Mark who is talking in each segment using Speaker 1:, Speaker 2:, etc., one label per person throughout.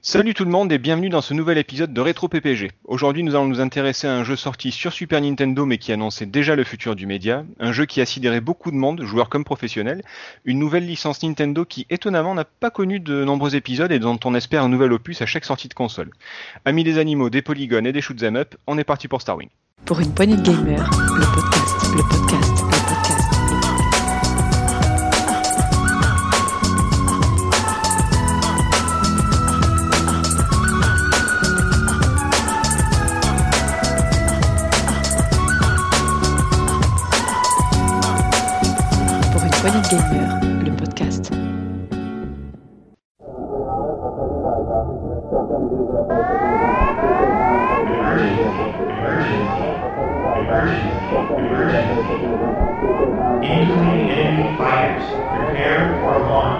Speaker 1: Salut tout le monde et bienvenue dans ce nouvel épisode de Rétro PPG. Aujourd'hui nous allons nous intéresser à un jeu sorti sur Super Nintendo mais qui annonçait déjà le futur du média, un jeu qui a sidéré beaucoup de monde, joueurs comme professionnels, une nouvelle licence Nintendo qui étonnamment n'a pas connu de nombreux épisodes et dont on espère un nouvel opus à chaque sortie de console. Amis des animaux, des polygones et des shoot'em up, on est parti pour Starwing.
Speaker 2: Pour une poignée de gamers, le podcast, le podcast, le podcast. Pour une poignée de gamers, le podcast.
Speaker 3: Enemy fighters, prepare for launch.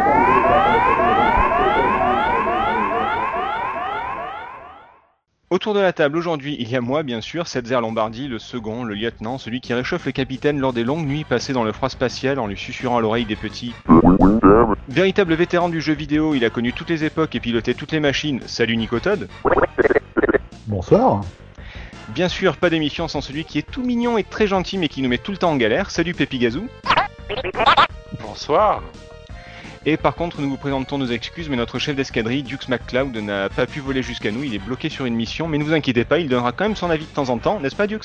Speaker 1: Autour de la table aujourd'hui, il y a moi bien sûr, Setzer Lombardi, le second, le lieutenant, celui qui réchauffe le capitaine lors des longues nuits passées dans le froid spatial en lui susurrant à l'oreille des petits. Véritable vétéran du jeu vidéo, il a connu toutes les époques et piloté toutes les machines. Salut Nico Todd.
Speaker 4: Bonsoir.
Speaker 1: Bien sûr, pas d'émission sans celui qui est tout mignon et très gentil mais qui nous met tout le temps en galère. Salut Pépi Gazou.
Speaker 5: Bonsoir.
Speaker 1: Et par contre, nous vous présentons nos excuses, mais notre chef d'escadrille, Dukes McCloud, n'a pas pu voler jusqu'à nous, il est bloqué sur une mission, mais ne vous inquiétez pas, il donnera quand même son avis de temps en temps, n'est-ce pas Dukes ?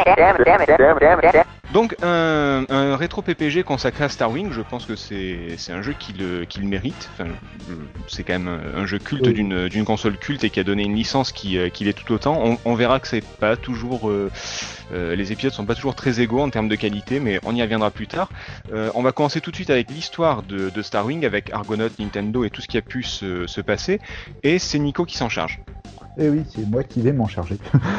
Speaker 1: Donc un rétro PPG consacré à Starwing, je pense que c'est un jeu qui le mérite. Enfin, c'est quand même un jeu culte d'une console culte et qui a donné une licence qui l'est tout autant. On verra que c'est pas toujours les épisodes sont pas toujours très égaux en termes de qualité, mais on y reviendra plus tard. On va commencer tout de suite avec l'histoire de Starwing, avec Argonaut, Nintendo et tout ce qui a pu se passer. Et c'est Nico qui s'en charge.
Speaker 4: Eh oui, c'est moi qui vais m'en charger.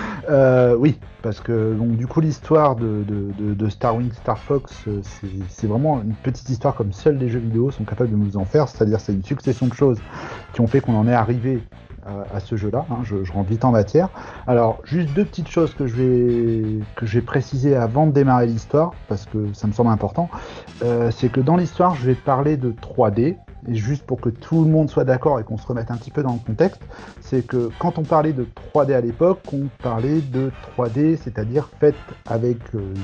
Speaker 4: Oui, parce que donc, du coup l'histoire de Starwing, Star Fox, c'est vraiment une petite histoire comme seuls les jeux vidéo sont capables de nous en faire, c'est-à-dire c'est une succession de choses qui ont fait qu'on en est arrivé à ce jeu-là, hein. Je rentre vite en matière. Alors, juste deux petites choses que je vais préciser avant de démarrer l'histoire, parce que ça me semble important. C'est que dans l'histoire, je vais parler de 3D, et juste pour que tout le monde soit d'accord et qu'on se remette un petit peu dans le contexte, c'est que quand on parlait de 3D à l'époque, on parlait de 3D, c'est-à-dire faite avec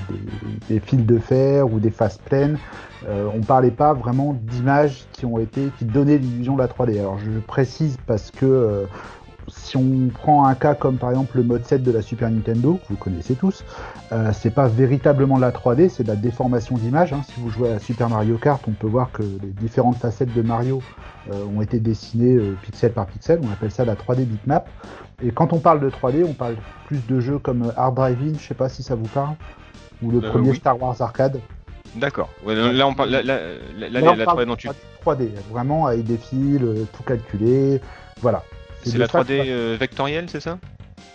Speaker 4: des fils de fer ou des faces pleines. On parlait pas vraiment d'images qui donnaient l'illusion de la 3D. Alors je précise parce que si on prend un cas comme par exemple le mode 7 de la Super Nintendo, que vous connaissez tous, c'est pas véritablement de la 3D, c'est de la déformation d'image. Hein. Si vous jouez à Super Mario Kart, on peut voir que les différentes facettes de Mario ont été dessinées pixel par pixel, on appelle ça la 3D bitmap. Et quand on parle de 3D, on parle plus de jeux comme Hard Driving, je sais pas si ça vous parle, ou le premier
Speaker 1: Oui.
Speaker 4: Star Wars Arcade.
Speaker 1: D'accord. Ouais, là on parle la 3D dont tu...
Speaker 4: 3D, vraiment avec des fils, tout calculé, voilà.
Speaker 1: C'est la 3D vectorielle, c'est ça ?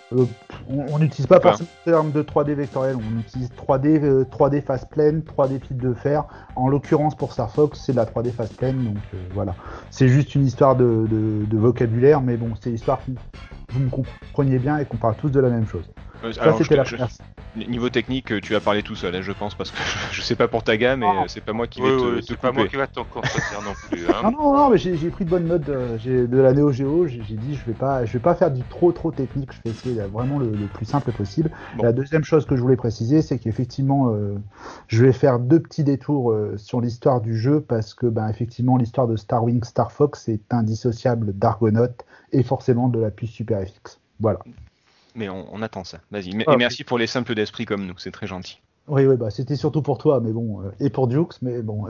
Speaker 4: On n'utilise pas forcément le terme de 3D vectoriel, on utilise 3D face pleine, 3D fil de fer. En l'occurrence pour Star Fox, c'est de la 3D face pleine, donc voilà. C'est juste une histoire de vocabulaire, mais bon, c'est l'histoire que vous me compreniez bien et qu'on parle tous de la même chose.
Speaker 1: Alors,
Speaker 4: ça, c'était la première.
Speaker 1: Niveau technique, tu vas parler tout seul, hein, je pense, parce que je sais pas pour ta gamme, mais c'est pas moi qui vais te
Speaker 5: c'est
Speaker 1: couper.
Speaker 5: pas moi qui va t'en contredire non plus. Hein.
Speaker 4: Non, mais j'ai pris de bonnes notes de la Neo Geo. J'ai dit je vais pas faire du trop technique. Je vais essayer vraiment le plus simple possible.
Speaker 1: Bon.
Speaker 4: La deuxième chose que je voulais préciser, c'est qu'effectivement, je vais faire deux petits détours sur l'histoire du jeu parce que, effectivement, l'histoire de Starwing, Star Fox est indissociable d'Argonaut et forcément de la puce Super FX. Voilà.
Speaker 1: Mais on attend ça. Vas-y.
Speaker 4: Ah,
Speaker 1: Et merci pour les simples d'esprit comme nous, c'est très gentil.
Speaker 4: Oui, c'était surtout pour toi, mais bon, et pour Dukes, mais bon.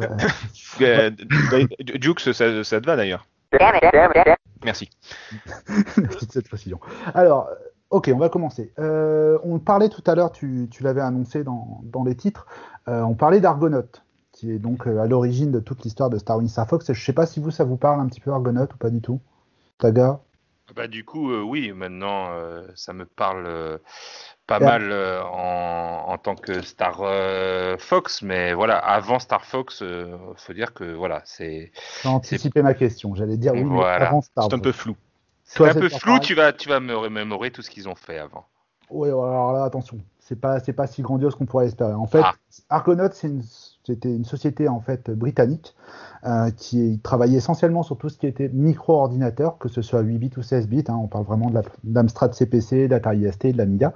Speaker 1: Jukes, ça te va d'ailleurs. Merci.
Speaker 4: Merci de cette précision. Alors, ok, on va commencer. On parlait tout à l'heure, tu l'avais annoncé dans les titres, on parlait d'Argonaut, qui est donc à l'origine de toute l'histoire de Starwing Star Fox. Je sais pas si ça vous parle un petit peu Argonaut ou pas du tout. Taga ?
Speaker 5: Du coup, oui, maintenant, ça me parle pas mal en tant que Star Fox, mais voilà, avant Star Fox, faut dire que voilà, c'est...
Speaker 4: J'ai anticipé ma question, j'allais dire oui,
Speaker 5: voilà.
Speaker 4: mais avant Star
Speaker 1: C'est
Speaker 4: Fox.
Speaker 1: un peu flou.
Speaker 5: C'est un peu flou, tu vas me remémorer tout ce qu'ils ont fait avant.
Speaker 4: Oui, alors là, attention, c'est pas si grandiose qu'on pourrait espérer. En fait, Argonaut, C'était une société en fait britannique qui travaillait essentiellement sur tout ce qui était micro-ordinateur, que ce soit 8 bits ou 16 bits. On parle vraiment de d'Amstrad CPC, d'Atari ST, de l'Amiga.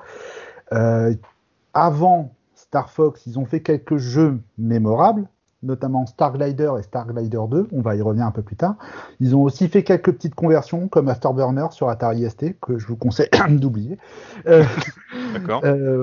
Speaker 4: Avant Star Fox, ils ont fait quelques jeux mémorables, notamment Star Glider et Star Glider 2, on va y revenir un peu plus tard. Ils ont aussi fait quelques petites conversions comme Afterburner sur Atari ST, que je vous conseille d'oublier.
Speaker 1: D'accord.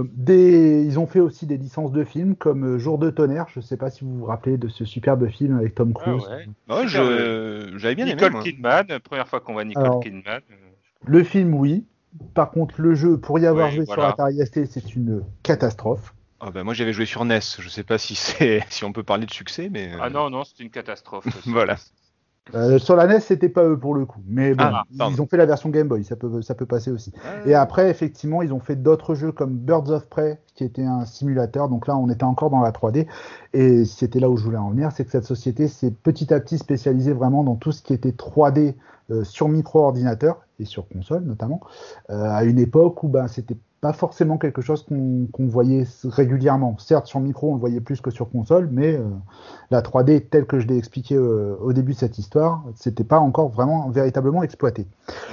Speaker 4: Ils ont fait aussi des licences de films comme Jour de tonnerre, je ne sais pas si vous vous rappelez de ce superbe film avec Tom Cruise.
Speaker 1: Ouais, j'avais bien aimé.
Speaker 5: Nicole Kidman, première fois qu'on voit Nicole Kidman.
Speaker 4: Le film, oui. Par contre, le jeu, pour y avoir joué
Speaker 5: voilà.
Speaker 4: sur Atari ST, c'est une catastrophe.
Speaker 1: Moi j'avais joué sur NES, je sais pas si si on peut parler de succès, mais.
Speaker 5: Ah non, c'est une catastrophe.
Speaker 1: Voilà.
Speaker 4: Sur la NES, c'était pas eux pour le coup, mais bon, ils ont fait la version Game Boy, ça peut passer aussi. Et après, effectivement, ils ont fait d'autres jeux comme Birds of Prey, qui était un simulateur. Donc là, on était encore dans la 3D, et c'était là où je voulais en venir, c'est que cette société s'est petit à petit spécialisée vraiment dans tout ce qui était 3D sur micro-ordinateur et sur console notamment, à une époque où c'était pas forcément quelque chose qu'on voyait régulièrement. Certes, sur micro, on le voyait plus que sur console, mais la 3D, telle que je l'ai expliqué au début de cette histoire, c'était pas encore vraiment véritablement exploité.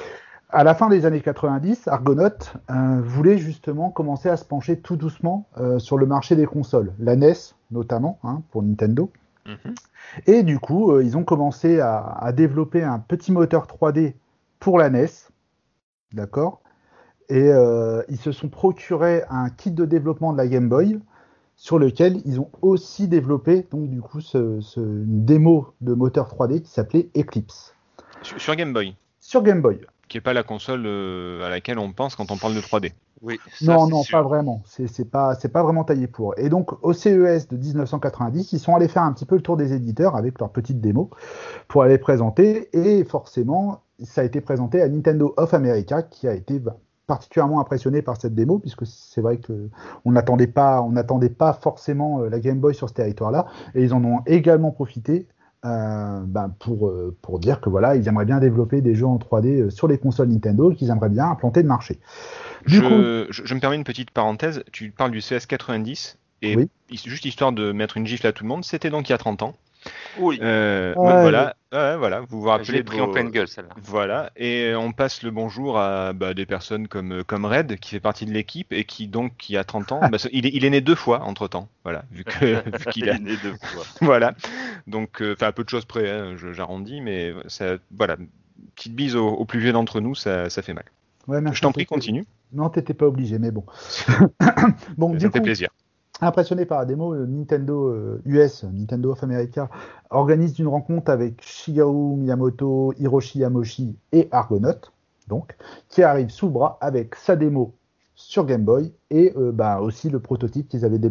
Speaker 4: À la fin des années 90, Argonaut voulait justement commencer à se pencher tout doucement sur le marché des consoles, la NES notamment, pour Nintendo. Et du coup, ils ont commencé à développer un petit moteur 3D pour la NES, d'accord ? Et ils se sont procurés un kit de développement de la Game Boy sur lequel ils ont aussi développé donc du coup une démo de moteur 3D qui s'appelait Eclipse.
Speaker 1: Sur Game Boy.
Speaker 4: Sur Game Boy.
Speaker 1: Qui n'est pas la console à laquelle on pense quand on parle de 3D.
Speaker 5: Oui.
Speaker 4: Non, pas vraiment. C'est pas vraiment taillé pour. Et donc au CES de 1990, ils sont allés faire un petit peu le tour des éditeurs avec leur petite démo pour aller présenter. Et forcément, ça a été présenté à Nintendo of America qui a été particulièrement impressionné par cette démo, puisque c'est vrai qu'on n'attendait pas forcément la Game Boy sur ce territoire-là, et ils en ont également profité pour dire que voilà, ils aimeraient bien développer des jeux en 3D sur les consoles Nintendo et qu'ils aimeraient bien implanter le marché.
Speaker 1: Je me permets une petite parenthèse, tu parles du CS 90, et
Speaker 4: oui.
Speaker 1: Juste histoire de mettre une gifle à tout le monde, c'était donc il y a 30 ans.
Speaker 5: Oui.
Speaker 1: Voilà, vous vous rappelez.
Speaker 5: Je l'ai pris en pleine gueule, celle-là.
Speaker 1: Voilà, et on passe le bonjour à des personnes comme Red, qui fait partie de l'équipe, et qui a 30 ans, il est né 2 fois entre-temps, voilà, vu qu'il
Speaker 5: est né 2 fois.
Speaker 1: Voilà, donc, à peu de choses près, j'arrondis, mais ça, voilà, petite bise aux plus vieux d'entre nous, ça fait mal.
Speaker 4: Ouais, merci,
Speaker 1: je t'en prie, continue.
Speaker 4: Non, t'étais pas obligé, mais bon. Bon,
Speaker 1: ça me fait plaisir.
Speaker 4: Impressionné par la démo, Nintendo Nintendo of America, organise une rencontre avec Shigeru Miyamoto, Hiroshi Yamauchi et Argonaut, donc, qui arrive sous le bras avec sa démo sur Game Boy et aussi le prototype qu'ils avaient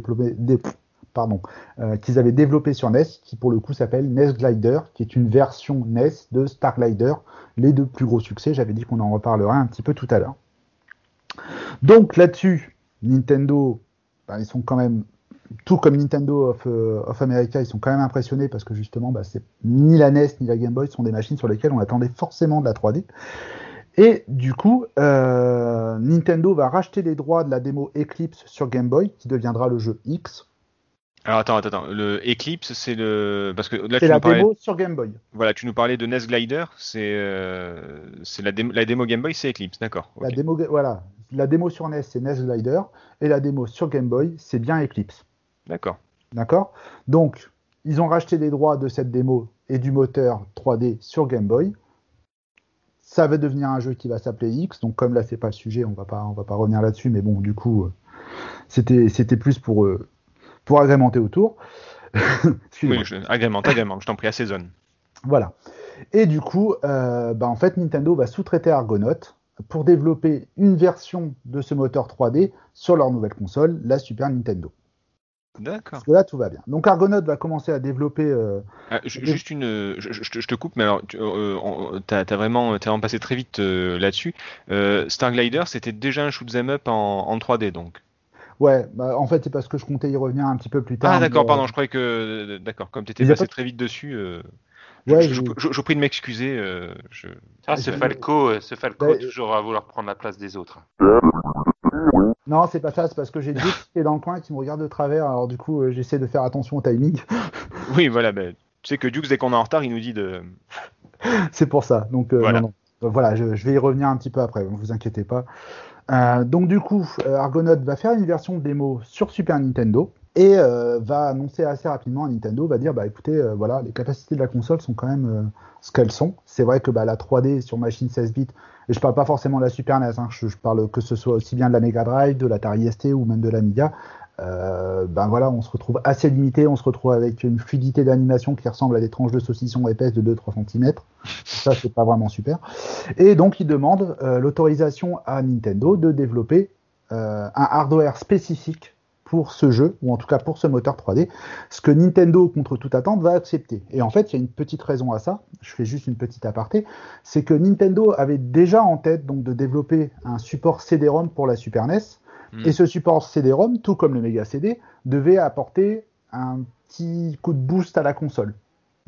Speaker 4: développé sur NES, qui pour le coup s'appelle NES Glider, qui est une version NES de Star Glider, les 2 plus gros succès. J'avais dit qu'on en reparlerait un petit peu tout à l'heure. Donc là-dessus, Nintendo, ils sont quand même, tout comme Nintendo of America, ils sont quand même impressionnés parce que justement, c'est ni la NES ni la Game Boy sont des machines sur lesquelles on attendait forcément de la 3D. Et du coup, Nintendo va racheter les droits de la démo Eclipse sur Game Boy, qui deviendra le jeu X.
Speaker 1: Alors attends, le Eclipse, c'est parce que là
Speaker 4: c'est la démo sur Game Boy.
Speaker 1: Voilà, tu nous parlais de NES Glider, c'est la démo Game Boy, c'est Eclipse, d'accord.
Speaker 4: La démo sur NES, c'est NES Glider, et la démo sur Game Boy, c'est bien Eclipse. D'accord. Donc, ils ont racheté les droits de cette démo et du moteur 3D sur Game Boy. Ça va devenir un jeu qui va s'appeler X. Donc, comme là, c'est pas le sujet, on va pas revenir là-dessus, mais bon, du coup, c'était plus pour agrémenter autour.
Speaker 1: Oui, agrémente, je t'en prie, assaisonne.
Speaker 4: Voilà. Et du coup, en fait, Nintendo va sous-traiter Argonaut pour développer une version de ce moteur 3D sur leur nouvelle console, la Super Nintendo.
Speaker 1: D'accord.
Speaker 4: Parce que là, tout va bien. Donc Argonaut va commencer à développer...
Speaker 1: juste je te coupe, mais alors, t'as vraiment passé très vite là-dessus. Star Glider, c'était déjà un shoot'em up en 3D, donc.
Speaker 4: Ouais, en fait, c'est parce que je comptais y revenir un petit peu plus tard.
Speaker 1: Ah d'accord, pardon, je croyais que... D'accord, comme t'étais passé très vite dessus... je prie de m'excuser.
Speaker 5: Ce Falco toujours à vouloir prendre la place des autres.
Speaker 4: Non, c'est pas ça, c'est parce que j'ai deux qui est dans le coin qui me regardent de travers, alors du coup, j'essaie de faire attention au timing.
Speaker 1: Oui, voilà, tu sais que Dukes, dès qu'on est en retard, il nous dit de...
Speaker 4: C'est pour ça, donc
Speaker 1: Voilà.
Speaker 4: non. Voilà, je vais y revenir un petit peu après, ne vous inquiétez pas. Donc du coup, Argonaut va faire une version de démo sur Super Nintendo et va annoncer assez rapidement à Nintendo, va dire, bah écoutez, voilà, les capacités de la console sont quand même ce qu'elles sont. C'est vrai que la 3D sur machine 16 bits, et je parle pas forcément de la Super NES, je parle que ce soit aussi bien de la Mega Drive, de l'Atari ST ou même de l'Amiga. Voilà, on se retrouve assez limité, on se retrouve avec une fluidité d'animation qui ressemble à des tranches de saucisson épaisses de 2-3 cm. Ça, c'est pas vraiment super. Et donc, il demande l'autorisation à Nintendo de développer un hardware spécifique pour ce jeu, ou en tout cas pour ce moteur 3D, ce que Nintendo, contre toute attente, va accepter. Et en fait, il y a une petite raison à ça, je fais juste une petite aparté, c'est que Nintendo avait déjà en tête donc, de développer un support CD-ROM pour la Super NES, et ce support CD-ROM, tout comme le Mega CD, devait apporter un petit coup de boost à la console. D'accord ?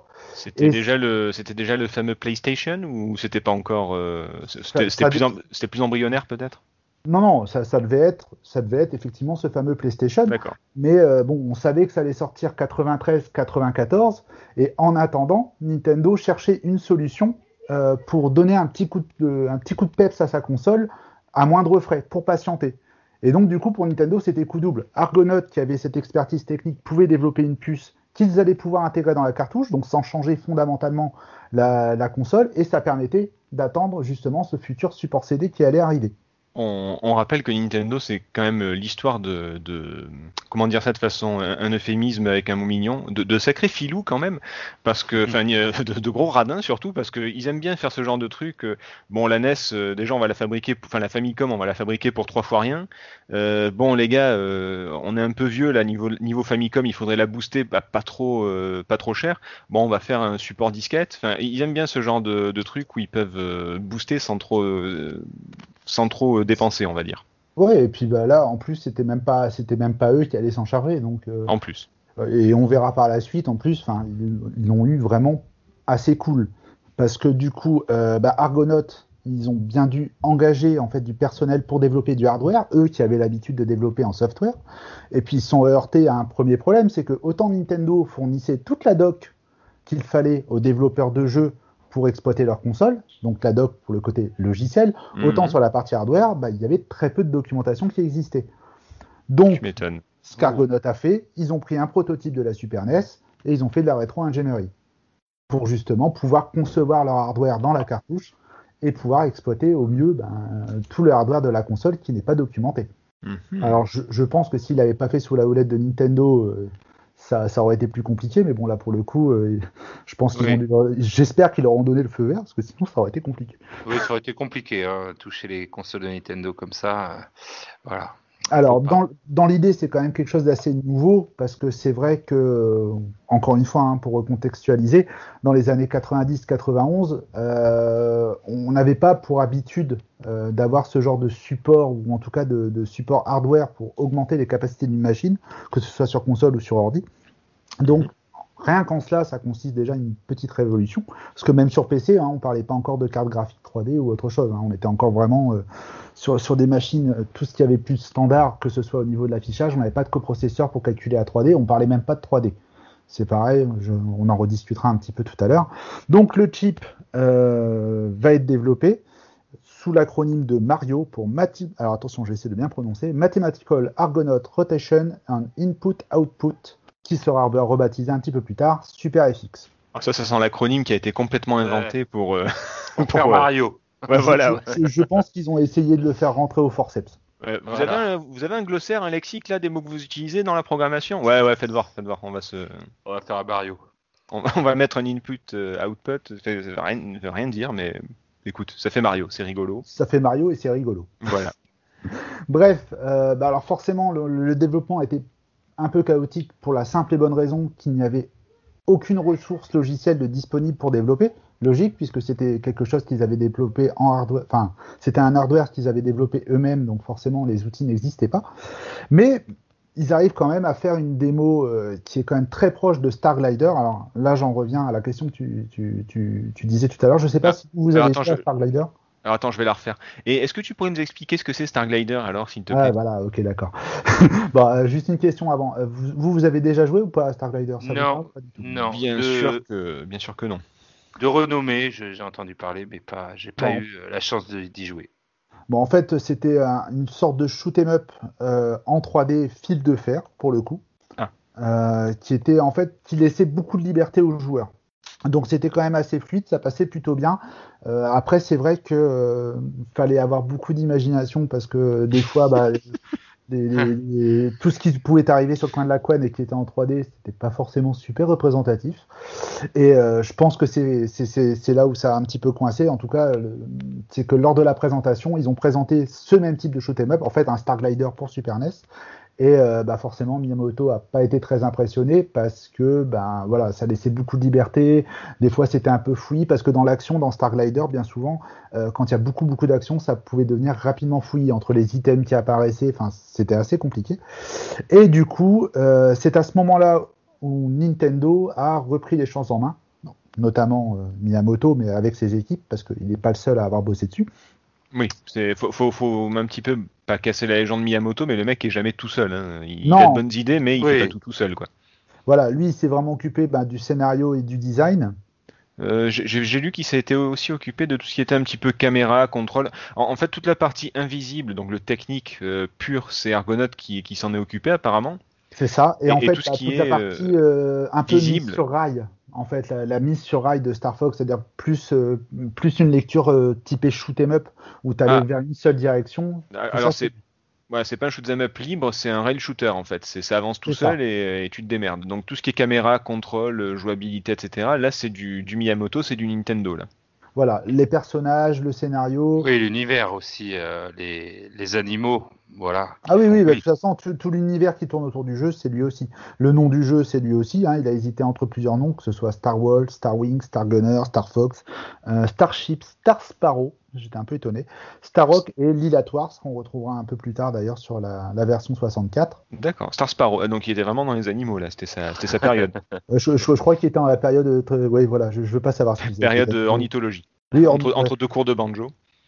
Speaker 1: C'était déjà le fameux PlayStation ou c'était pas encore... C'était plus embryonnaire peut-être ?
Speaker 4: Non, ça devait être effectivement ce fameux PlayStation.
Speaker 1: D'accord.
Speaker 4: Mais on savait que ça allait sortir 93-94, et en attendant, Nintendo cherchait une solution pour donner un petit coup de peps à sa console à moindre frais, pour patienter. Et donc du coup pour Nintendo c'était coup double. Argonaut, qui avait cette expertise technique, pouvait développer une puce qu'ils allaient pouvoir intégrer dans la cartouche, donc sans changer fondamentalement la console, et ça permettait d'attendre justement ce futur support CD qui allait arriver.
Speaker 1: On rappelle que Nintendo, c'est quand même l'histoire de comment dire ça de façon un euphémisme avec un mot mignon, de sacrés filous quand même, parce que de gros radins surtout, parce que ils aiment bien faire ce genre de truc. Bon, la NES, déjà on va la fabriquer, enfin la Famicom, on va la fabriquer pour 3 fois rien. Bon les gars, on est un peu vieux là niveau Famicom, il faudrait la booster, pas trop cher. Bon, on va faire un support disquette. Enfin, ils aiment bien ce genre de truc où ils peuvent booster sans trop dépenser, on va dire.
Speaker 4: Ouais, et puis là, en plus, c'était même pas eux qui allaient s'en charger, donc.
Speaker 1: En plus.
Speaker 4: Et on verra par la suite, en plus, ils l'ont eu vraiment assez cool, parce que du coup, Argonaut, ils ont bien dû engager en fait du personnel pour développer du hardware, eux qui avaient l'habitude de développer en software, et puis ils se sont heurtés à un premier problème, c'est que autant Nintendo fournissait toute la doc qu'il fallait aux développeurs de jeux pour exploiter leur console, donc la doc pour le côté logiciel, autant sur la partie hardware, il y avait très peu de documentation qui existait. Donc, ce qu'Argonaut a fait, ils ont pris un prototype de la Super NES et ils ont fait de la rétro-ingénierie pour justement pouvoir concevoir leur hardware dans la cartouche et pouvoir exploiter au mieux tout le hardware de la console qui n'est pas documenté. Alors, je pense que s'il n'avait pas fait sous la houlette de Nintendo... Ça aurait été plus compliqué, mais bon, là, pour le coup, je pense j'espère qu'ils leur ont donné le feu vert, parce que sinon, ça aurait été compliqué.
Speaker 5: Oui, ça aurait été compliqué, toucher les consoles de Nintendo comme ça, voilà.
Speaker 4: Alors, dans l'idée, c'est quand même quelque chose d'assez nouveau, parce que c'est vrai que, encore une fois, pour recontextualiser, dans les années 90-91, on n'avait pas pour habitude d'avoir ce genre de support, ou en tout cas de support hardware pour augmenter les capacités d'une machine, que ce soit sur console ou sur ordi. Donc, rien qu'en cela, ça consiste déjà une petite révolution, parce que même sur PC, on ne parlait pas encore de carte graphique 3D ou autre chose, on était encore vraiment... Sur des machines, tout ce qui avait plus de standard, que ce soit au niveau de l'affichage, on n'avait pas de coprocesseur pour calculer à 3D, on parlait même pas de 3D. C'est pareil, on en rediscutera un petit peu tout à l'heure. Donc le chip va être développé sous l'acronyme de Mario pour alors attention, je vais essayer de bien prononcer, Mathematical Argonaut Rotation and Input-Output, qui sera rebaptisé un petit peu plus tard SuperFX.
Speaker 1: Ça sent l'acronyme qui a été complètement inventé pour
Speaker 5: faire Mario.
Speaker 1: Ouais, voilà.
Speaker 4: Je pense qu'ils ont essayé de le faire rentrer au forceps.
Speaker 1: Vous avez un glossaire, un lexique là, des mots que vous utilisez dans la programmation ? Ouais, faites voir. On va
Speaker 5: faire un Mario.
Speaker 1: On va mettre un input, output. Ça veut rien dire, mais écoute, ça fait Mario, c'est rigolo.
Speaker 4: Ça fait Mario et c'est rigolo.
Speaker 1: Voilà.
Speaker 4: Bref, alors forcément, le développement a été un peu chaotique pour la simple et bonne raison qu'il n'y avait aucune ressource logicielle disponible pour développer. Logique, puisque c'était quelque chose qu'ils avaient développé en hardware, c'était un hardware qu'ils avaient développé eux-mêmes, donc forcément les outils n'existaient pas. Mais ils arrivent quand même à faire une démo qui est quand même très proche de Starglider. Alors là, j'en reviens à la question que tu disais tout à l'heure. Je ne sais pas si vous avez fait Starglider.
Speaker 1: Alors attends, je vais la refaire. Et est-ce que tu pourrais nous expliquer ce que c'est Starglider alors, s'il te
Speaker 4: Ah
Speaker 1: plaît?
Speaker 4: voilà, ok, d'accord. Bon, juste une question avant. Vous avez déjà joué ou pas à Starglider? Ça vous parle?
Speaker 5: Non,
Speaker 4: Pas du tout.
Speaker 5: non,
Speaker 1: Bien sûr que non.
Speaker 5: de renommée, j'ai entendu parler, mais j'ai pas
Speaker 4: Bon,
Speaker 5: eu la chance d'y jouer.
Speaker 4: bon, en fait, c'était une sorte de shoot 'em up en 3D fil de fer, pour le coup,
Speaker 1: Ah,
Speaker 4: qui était en fait, qui laissait beaucoup de liberté aux joueurs. Donc c'était quand même assez fluide, ça passait plutôt bien. Après, c'est vrai que fallait avoir beaucoup d'imagination parce que des fois, bah, tout ce qui pouvait arriver sur le coin de la couenne et qui était en 3D, c'était pas forcément super représentatif. Et je pense que c'est là où ça a un petit peu coincé. En tout cas, c'est que lors de la présentation, ils ont présenté ce même type de shoot 'em up, en fait un Starglider pour Super NES. Et bah forcément, Miyamoto a pas été très impressionné parce que ben voilà, ça laissait beaucoup de liberté. Des fois, c'était un peu fouillis parce que dans l'action, dans Starglider, bien souvent, quand il y a beaucoup d'action, ça pouvait devenir rapidement fouillis entre les items qui apparaissaient. Enfin, c'était assez compliqué. Et du coup, c'est à ce moment-là où Nintendo a repris les choses en main, notamment Miyamoto, mais avec ses équipes, parce qu'il n'est pas le seul à avoir bossé dessus.
Speaker 1: oui, faut un petit peu pas casser la légende Miyamoto, mais le mec est jamais tout seul, hein. Il a de
Speaker 4: Non,
Speaker 1: bonnes idées, mais il fait pas
Speaker 5: Oui,
Speaker 1: tout seul, quoi.
Speaker 4: voilà, lui, il s'est vraiment occupé du scénario et du design.
Speaker 1: J'ai lu qu'il s'était aussi occupé de tout ce qui était un petit peu caméra, contrôle. En fait, toute la partie invisible, donc le technique pur, c'est Argonaut qui s'en est occupé apparemment.
Speaker 4: C'est ça. Et en
Speaker 1: Et
Speaker 4: fait,
Speaker 1: tout ce qui
Speaker 4: toute la
Speaker 1: est
Speaker 4: partie un peu mise
Speaker 1: visible.
Speaker 4: sur rail, en fait, la mise sur rail de Star Fox, c'est-à-dire plus une lecture typée shoot 'em up, où tu allais
Speaker 1: Ah,
Speaker 4: vers une seule direction, tout ça,
Speaker 1: alors c'est pas un shoot'em up libre, c'est un rail shooter en fait. Ça avance tout
Speaker 4: c'est ça.
Speaker 1: seul et tu te démerdes. Donc tout ce qui est caméra, contrôle, jouabilité, etc. Là, c'est du Miyamoto, c'est du Nintendo là.
Speaker 4: Voilà, les personnages, le scénario.
Speaker 5: oui, l'univers aussi, les animaux, voilà,
Speaker 4: Ah
Speaker 5: qui
Speaker 4: oui,
Speaker 5: font.
Speaker 4: oui, bah, de
Speaker 5: Oui,
Speaker 4: toute façon, tout l'univers qui tourne autour du jeu, c'est lui aussi. Le nom du jeu, c'est lui aussi, hein. Il a hésité entre plusieurs noms, que ce soit Star Wars, Star Wing, Star Gunner, Star Fox, Starship, Star Sparrow, j'étais un peu étonné, Star Rock et Lilatoire, ce qu'on retrouvera un peu plus tard d'ailleurs sur la version 64.
Speaker 1: D'accord. Star Sparrow. Donc il était vraiment dans les animaux là. C'était sa période.
Speaker 4: Je crois qu'il était dans la période. Oui, voilà, je veux pas savoir ce qu'il faisait.
Speaker 1: Période ornithologie.
Speaker 4: Oui, ouais.
Speaker 1: Entre deux cours de banjo.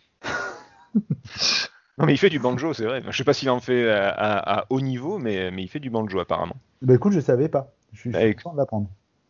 Speaker 1: Non mais il fait du banjo, c'est vrai. Je sais pas s'il en fait à haut niveau, mais il fait du banjo apparemment.
Speaker 4: Bah écoute, je savais pas. Je suis
Speaker 1: Eh,
Speaker 4: content de l'apprendre.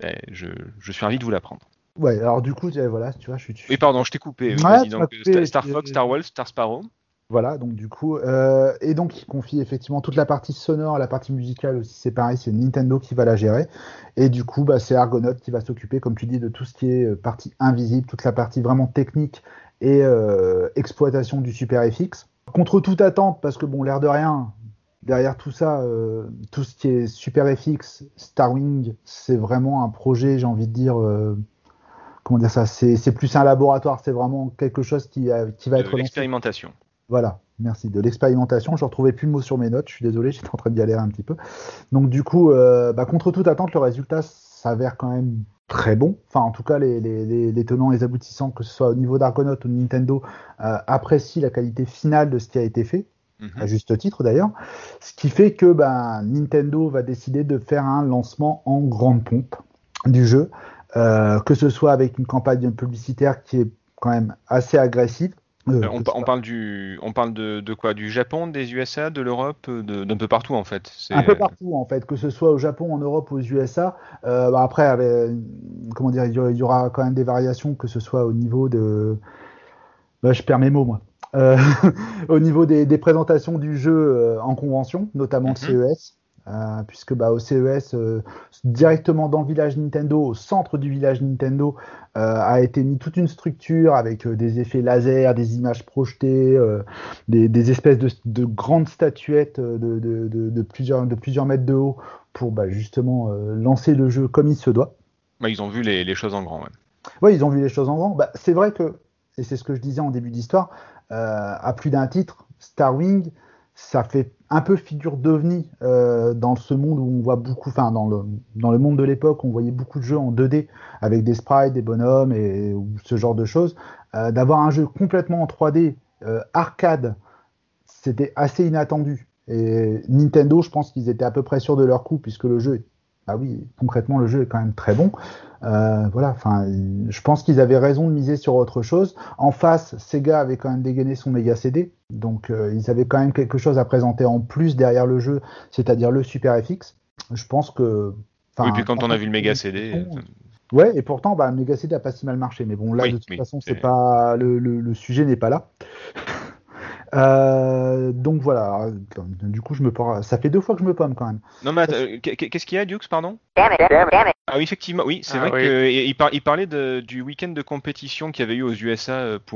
Speaker 1: je suis ravi de vous l'apprendre.
Speaker 4: Ouais, alors du coup, voilà, tu vois, je
Speaker 1: Oui,
Speaker 4: suis
Speaker 1: pardon, je t'ai coupé. Oui,
Speaker 4: Ouais,
Speaker 1: vas-y.
Speaker 4: tu m'as
Speaker 1: Donc
Speaker 4: coupé.
Speaker 1: Star Fox, Star Wolf, Star Sparrow.
Speaker 4: Voilà, donc du coup, et donc il confie effectivement toute la partie sonore, la partie musicale aussi, c'est pareil, c'est Nintendo qui va la gérer. Et du coup, bah, c'est Argonaut qui va s'occuper, comme tu dis, de tout ce qui est partie invisible, toute la partie vraiment technique et exploitation du Super FX. Contre toute attente, parce que bon, l'air de rien, derrière tout ça, tout ce qui est Super FX, Starwing, c'est vraiment un projet, j'ai envie de dire, comment dire ça, c'est plus un laboratoire, c'est vraiment quelque chose qui va
Speaker 1: De
Speaker 4: être lancé.
Speaker 1: l'expérimentation.
Speaker 4: Voilà, merci. De l'expérimentation. Je ne retrouvais plus le mot sur mes notes. Je suis désolé, j'étais en train de galérer un petit peu. Donc du coup, contre toute attente, le résultat s'avère quand même très bon. Enfin, en tout cas, les tenants et les aboutissants, que ce soit au niveau d'Argonaut ou de Nintendo, apprécient la qualité finale de ce qui a été fait, à juste titre d'ailleurs. Ce qui fait que Nintendo va décider de faire un lancement en grande pompe du jeu, que ce soit avec une campagne publicitaire qui est quand même assez agressive.
Speaker 1: On parle on parle de quoi? Du Japon, des USA, de l'Europe, d'un peu partout en fait.
Speaker 4: Un peu partout en fait, que ce soit au Japon, en Europe ou aux USA. Après, comment dire, il y aura quand même des variations, que ce soit au niveau de. Je perds mes mots moi. Euh, Au niveau des présentations du jeu en convention, notamment le CES. Puisque au CES, directement dans le village Nintendo, au centre du village Nintendo, a été mis toute une structure avec des effets laser, des images projetées, des espèces de grandes statuettes de plusieurs mètres de haut pour justement lancer le jeu comme il se doit.
Speaker 1: Bah, ils ont vu les choses en grand. Ouais.
Speaker 4: Oui, ils ont vu les choses en grand. C'est vrai que, et c'est ce que je disais en début d'histoire, à plus d'un titre, Starwing, ça fait un peu figure d'ovni dans ce monde où on voit beaucoup, enfin dans le monde de l'époque, on voyait beaucoup de jeux en 2D avec des sprites, des bonhommes et ou ce genre de choses. D'avoir un jeu complètement en 3D, arcade, c'était assez inattendu. Et Nintendo, je pense qu'ils étaient à peu près sûrs de leur coup puisque le jeu bah oui, concrètement, le jeu est quand même très bon. Voilà, enfin, je pense qu'ils avaient raison de miser sur autre chose. En face, Sega avait quand même dégainé son Mega CD, donc ils avaient quand même quelque chose à présenter en plus derrière le jeu, c'est-à-dire le Super FX. Je pense que.
Speaker 1: Oui, puis quand on a vu le Mega CD.
Speaker 4: Ouais, et pourtant, bah, le Mega CD a pas si mal marché, mais bon, là,
Speaker 1: Oui,
Speaker 4: de toute
Speaker 1: oui,
Speaker 4: façon,
Speaker 1: c'est-
Speaker 4: c'est pas le sujet n'est pas là. Donc voilà. Du coup, je me pomme. Ça fait 2 fois que je me pomme quand même.
Speaker 1: Non, mais attends, qu'est-ce qu'il y a, Dukes, pardon? Ah oui, effectivement, oui, c'est
Speaker 5: Ah
Speaker 1: vrai
Speaker 5: oui.
Speaker 1: qu'il parlait du week-end de compétition qu'il y avait eu aux USA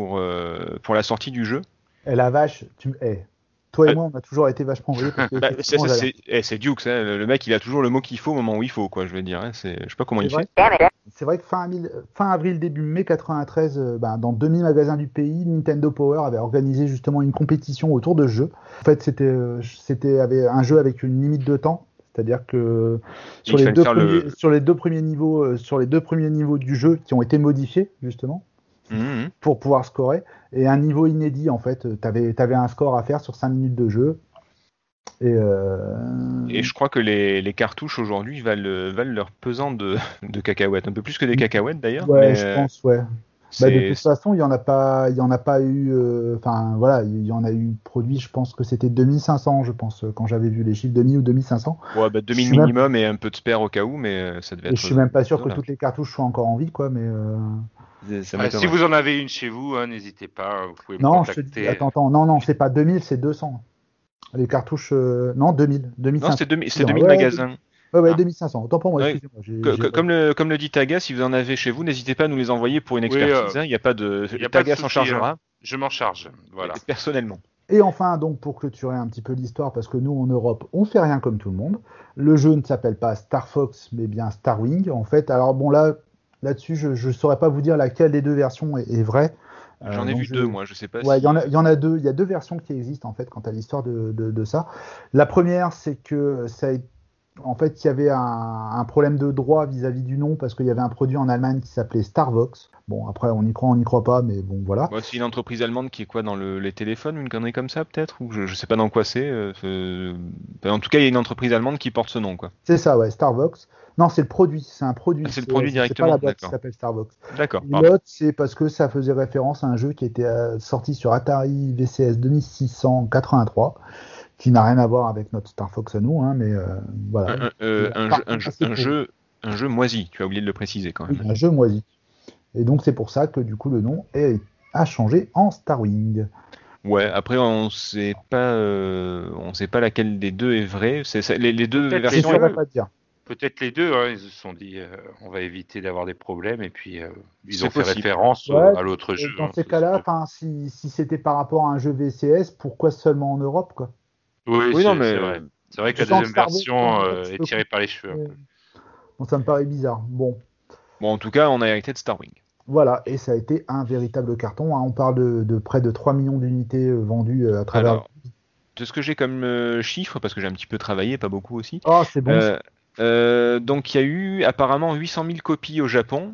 Speaker 1: pour la sortie du jeu.
Speaker 4: Et la vache, toi et
Speaker 1: Euh,
Speaker 4: moi, on a toujours été vachement envoyés parce que
Speaker 1: Bah,
Speaker 4: effectivement, j'avais-
Speaker 1: c'est Dukes, hein, le mec, il a toujours le mot qu'il faut au moment où il faut, quoi, je veux dire. Hein, je sais pas comment
Speaker 4: c'est
Speaker 1: il
Speaker 4: vrai.
Speaker 1: fait.
Speaker 4: C'est vrai que fin avril, début mai 93, dans 2000 magasins du pays, Nintendo Power avait organisé justement une compétition autour de ce jeu. En fait, avait un jeu avec une limite de temps, c'est-à-dire que
Speaker 1: Il fallait faire le.
Speaker 4: sur les 2 premiers niveaux, sur les 2 premiers niveaux du jeu qui ont été modifiés justement
Speaker 1: Mhm.
Speaker 4: pour pouvoir scorer, et un niveau inédit en fait, t'avais un score à faire sur 5 minutes de jeu. Et
Speaker 1: Et je crois que les cartouches aujourd'hui valent leur pesant de cacahuètes, un peu plus que des cacahuètes d'ailleurs,
Speaker 4: ouais,
Speaker 1: mais
Speaker 4: je pense, ouais. Bah, de toute façon, il y en a pas eu. Enfin, voilà, il y en a eu produit. Je pense que c'était 2500, je pense, quand j'avais vu les chiffres 2000 ou 2500.
Speaker 1: ouais, bah,
Speaker 4: Je
Speaker 1: 2000
Speaker 4: suis même,
Speaker 1: minimum et un peu de spare au cas où, mais ça devait
Speaker 4: et je
Speaker 1: être
Speaker 4: suis même pas sûr que
Speaker 1: là.
Speaker 4: toutes les cartouches soient encore en vie, quoi. Mais
Speaker 1: Ça
Speaker 5: Si
Speaker 1: m'étonnerait.
Speaker 5: vous en avez une chez vous, hein, n'hésitez pas, vous pouvez me
Speaker 4: non, je te dis,
Speaker 5: contacter.
Speaker 4: attends, non, c'est pas 2000, c'est 200. Les cartouches, non, 2000,
Speaker 1: Non,
Speaker 4: 2500.
Speaker 1: c'est 2000
Speaker 4: Ouais,
Speaker 1: magasins.
Speaker 4: ouais,
Speaker 5: Ah.
Speaker 4: 2500. Autant pour moi,
Speaker 1: Ouais,
Speaker 4: excusez-moi.
Speaker 1: comme le dit Taga, si vous en avez chez vous, n'hésitez pas à nous les envoyer pour une
Speaker 5: Oui,
Speaker 1: expertise. Hein, il n'y a pas de.
Speaker 5: il n'y a pas de
Speaker 1: Taga s'en
Speaker 5: souci,
Speaker 1: chargera
Speaker 5: je m'en charge. Voilà.
Speaker 1: personnellement.
Speaker 4: Et enfin, donc, pour clôturer un petit peu l'histoire, parce que nous, en Europe, on fait rien comme tout le monde. Le jeu ne s'appelle pas Star Fox, mais bien Starwing. En fait, alors bon, là-dessus, je ne saurais pas vous dire laquelle des deux versions est vraie.
Speaker 1: J'en ai
Speaker 4: Donc
Speaker 1: vu deux, moi. Je sais pas
Speaker 4: Ouais,
Speaker 1: si.
Speaker 4: il y en a deux. Il y a deux versions qui existent, en fait, quant à l'histoire de ça. La première, c'est que en fait, il y avait un problème de droit vis-à-vis du nom, parce qu'il y avait un produit en Allemagne qui s'appelait Starvox. Bon, après, on y croit pas, mais bon, voilà.
Speaker 1: Moi, c'est une entreprise allemande qui est quoi dans les téléphones, une connerie comme ça peut-être, ou je sais pas dans quoi c'est. En tout cas, il y a une entreprise allemande qui porte ce nom, quoi.
Speaker 4: C'est ça, ouais, Starvox. Non, c'est le produit, c'est un produit.
Speaker 1: Ah, c'est le produit
Speaker 4: C'est pas
Speaker 1: directement,
Speaker 4: la boîte qui
Speaker 1: d'accord.
Speaker 4: s'appelle Starvox.
Speaker 1: D'accord.
Speaker 4: Et
Speaker 1: Pardon.
Speaker 4: l'autre, c'est parce que ça faisait référence à un jeu qui était sorti sur Atari VCS 2683, qui n'a rien à voir avec notre Star Fox à nous, hein, mais voilà.
Speaker 1: Un jeu moisi. Tu as oublié de le préciser quand même.
Speaker 4: Un jeu moisi. Et donc c'est pour ça que du coup le nom a changé en Starwing.
Speaker 1: Ouais. Après, on sait pas laquelle des deux est vraie. Les deux
Speaker 5: Peut-être
Speaker 4: Je ne
Speaker 1: versions.
Speaker 5: les deux.
Speaker 4: saurais pas te dire.
Speaker 5: Peut-être les deux, hein, ils se sont dit, on va éviter d'avoir des problèmes, et puis ils
Speaker 1: C'est
Speaker 5: ont fait
Speaker 1: possible.
Speaker 5: référence
Speaker 4: Ouais,
Speaker 5: à l'autre jeu.
Speaker 4: dans
Speaker 5: hein,
Speaker 4: ces
Speaker 5: ça,
Speaker 4: cas-là,
Speaker 5: c'est-
Speaker 4: si c'était par rapport à un jeu VCS, pourquoi seulement en Europe, quoi?
Speaker 5: Oui,
Speaker 1: Oui, non,
Speaker 5: c'est
Speaker 1: mais
Speaker 5: vrai. C'est vrai que
Speaker 4: Je
Speaker 5: la
Speaker 4: sens
Speaker 5: deuxième
Speaker 4: que Starbox,
Speaker 5: version
Speaker 4: un petit
Speaker 5: est
Speaker 4: peu
Speaker 5: tirée par les cheveux. Un peu.
Speaker 4: Bon, ça me paraît bizarre. Bon,
Speaker 1: bon, en tout cas, on a hérité de Starwing.
Speaker 4: voilà, et ça a été un véritable carton, hein. On parle de près de 3 millions d'unités vendues à travers.
Speaker 1: Alors, de ce que j'ai comme chiffre, parce que j'ai un petit peu travaillé, pas beaucoup aussi.
Speaker 4: Oh, c'est bon.
Speaker 1: Donc il y a eu apparemment 800 000 copies au Japon,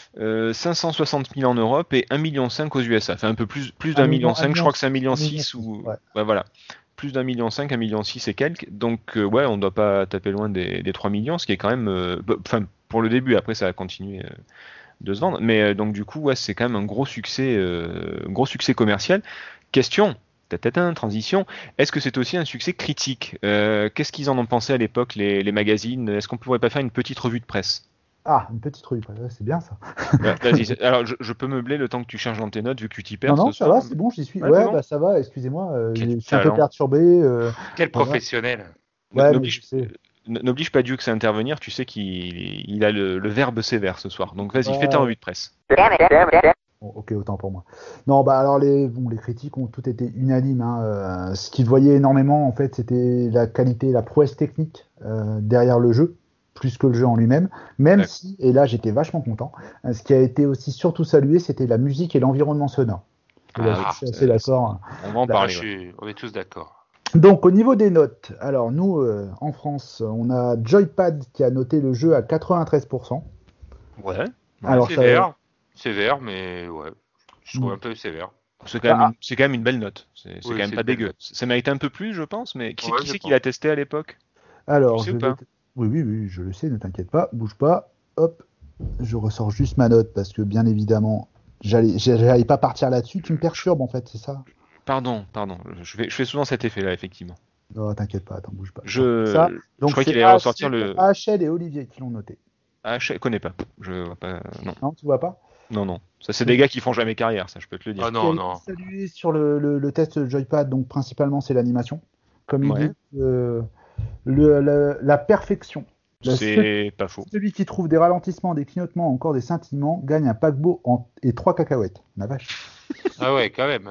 Speaker 1: 560 000 en Europe et 1,5 million aux USA. Enfin un peu plus d'un million, je crois que c'est 1,6 million ou
Speaker 4: ouais.
Speaker 1: ouais, voilà. Plus d'1,5 million, 1,6 million et quelques. Donc ouais, on ne doit pas taper loin des 3 millions, ce qui est quand même enfin pour le début, après ça a continué de se vendre. Mais donc du coup, ouais, c'est quand même un gros succès commercial. Question. Transition. Est-ce que c'est aussi un succès critique? Qu'est-ce qu'ils en ont pensé à l'époque, les magazines? Est-ce qu'on pourrait pas faire une petite revue de presse?
Speaker 4: Ah, une petite rue, ouais, c'est bien ça.
Speaker 1: Vas-y, alors je peux meubler le temps que tu charges dans tes notes vu que tu t'y perds
Speaker 4: Non,
Speaker 1: ce
Speaker 4: ça
Speaker 1: soir.
Speaker 4: va, c'est bon, j'y suis.
Speaker 1: Ouais,
Speaker 4: Ouais,
Speaker 1: c'est bon.
Speaker 4: bah ça va, excusez-moi,
Speaker 1: Quel
Speaker 4: je suis un peu
Speaker 1: talent.
Speaker 4: perturbé.
Speaker 5: Quel
Speaker 4: voilà.
Speaker 5: professionnel.
Speaker 4: Ouais, mais
Speaker 1: N'oblige
Speaker 4: je sais.
Speaker 1: n'oblige pas Dieu que c'est intervenir, tu sais qu'il a le verbe sévère ce soir. Donc vas-y, fais ta
Speaker 4: Ouais.
Speaker 1: revue de presse.
Speaker 4: Bon, ok, autant pour moi. Non, bah alors les critiques ont toutes été unanimes, hein. Ce qu'ils voyaient énormément, en fait, c'était la qualité, la prouesse technique derrière le jeu, plus que le jeu en lui-même. Même
Speaker 1: D'accord.
Speaker 4: si, et là j'étais vachement content, ce qui a été aussi surtout salué, c'était la musique et l'environnement sonore. Et là,
Speaker 1: Ah,
Speaker 4: je suis assez d'accord.
Speaker 1: On va en
Speaker 4: Là,
Speaker 1: parler. Ouais.
Speaker 5: On est tous d'accord.
Speaker 4: Donc au niveau des notes, alors nous en France, on a Joypad qui a noté le jeu à 93%.
Speaker 1: Ouais.
Speaker 4: Alors ça,
Speaker 5: Sévère, mais ouais, je trouve un peu sévère.
Speaker 1: C'est quand même une belle note. C'est
Speaker 5: Oui,
Speaker 1: quand même
Speaker 5: c'est
Speaker 1: pas
Speaker 5: une belle
Speaker 1: dégueu.
Speaker 5: note.
Speaker 1: Ça méritait un peu plus, je pense. Mais qui
Speaker 5: Ouais,
Speaker 1: c'est
Speaker 5: je
Speaker 1: qui
Speaker 5: pense.
Speaker 1: l'a testé à l'époque?
Speaker 4: alors
Speaker 1: Tu sais ou pas
Speaker 4: Oui, je le sais, ne t'inquiète pas, bouge pas. Hop, je ressors juste ma note parce que bien évidemment, j'allais pas partir là-dessus. Tu me perturbes en fait, c'est ça?
Speaker 1: Pardon. Je fais souvent cet effet-là, effectivement.
Speaker 4: Non, t'inquiète pas, attends, bouge pas. Ça.
Speaker 1: Je
Speaker 4: Donc
Speaker 1: crois qu'il
Speaker 4: c'est
Speaker 1: allait ressortir le.
Speaker 4: AHL et Olivier qui l'ont noté.
Speaker 1: Ah, je connais pas. Je vois pas. Non.
Speaker 4: Non, tu vois pas?
Speaker 1: Non. Ça, c'est des gars qui font jamais carrière, ça, je peux te le dire.
Speaker 5: Ah
Speaker 4: Ce qui a
Speaker 5: non,
Speaker 4: été
Speaker 5: non.
Speaker 4: salué sur le test Joypad, donc principalement c'est l'animation. Comme il
Speaker 1: Ouais.
Speaker 4: dit, la perfection.
Speaker 1: C'est pas faux.
Speaker 4: Celui qui trouve des ralentissements, des clignotements, encore des scintillements, gagne un paquebot et 3 cacahuètes. La vache.
Speaker 5: Ah ouais, quand même.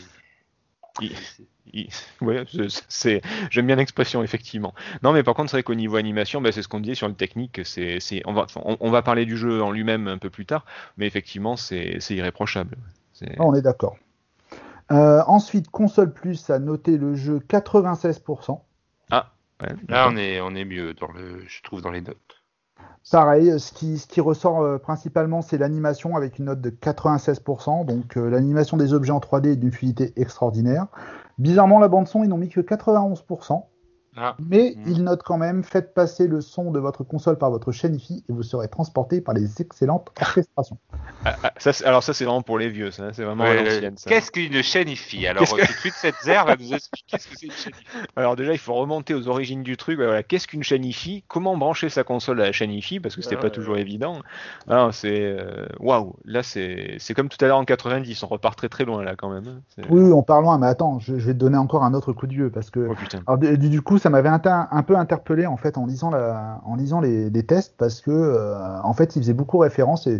Speaker 1: Il- Ouais, j'aime bien l'expression, effectivement. Non, mais par contre, c'est vrai qu'au niveau animation, c'est ce qu'on disait sur le technique. On va parler du jeu en lui-même un peu plus tard, mais effectivement, c'est irréprochable.
Speaker 4: On est d'accord. Ensuite, Console Plus a noté le jeu 96%.
Speaker 1: Ah, ouais,
Speaker 5: Là,
Speaker 1: d'accord.
Speaker 5: on est mieux je trouve, dans les notes.
Speaker 4: Pareil, ce qui ressort principalement, c'est l'animation avec une note de 96%. Donc l'animation des objets en 3D est d'une fluidité extraordinaire. Bizarrement, la bande-son, ils n'ont mis que 91%.
Speaker 5: Ah.
Speaker 4: Mais ils notent quand même, faites passer le son de votre console par votre chaîne IFI et vous serez transporté par les excellentes orchestrations.
Speaker 1: Alors ça, c'est vraiment pour les vieux, ça. C'est vraiment à
Speaker 5: Ouais,
Speaker 1: l'ancienne, ça.
Speaker 5: qu'est-ce qu'une chaîne IFI? Alors, tout de suite, cette Zer va nous expliquer ce que c'est une chaîne IFI.
Speaker 1: Alors déjà, il faut remonter aux origines du truc. Voilà, qu'est-ce qu'une chaîne IFI? Comment brancher sa console à la chaîne IFI? Parce que c'était pas toujours évident. Alors, waouh. Là, c'est comme tout à l'heure en 90. On repart très très loin là quand même.
Speaker 4: Oui, on parle loin, mais attends, je vais te donner encore un autre coup de vieux parce que
Speaker 1: Oh putain.
Speaker 4: alors, du coup, ça m'avait un peu interpellé en fait en lisant les tests parce que en fait, ils faisaient beaucoup référence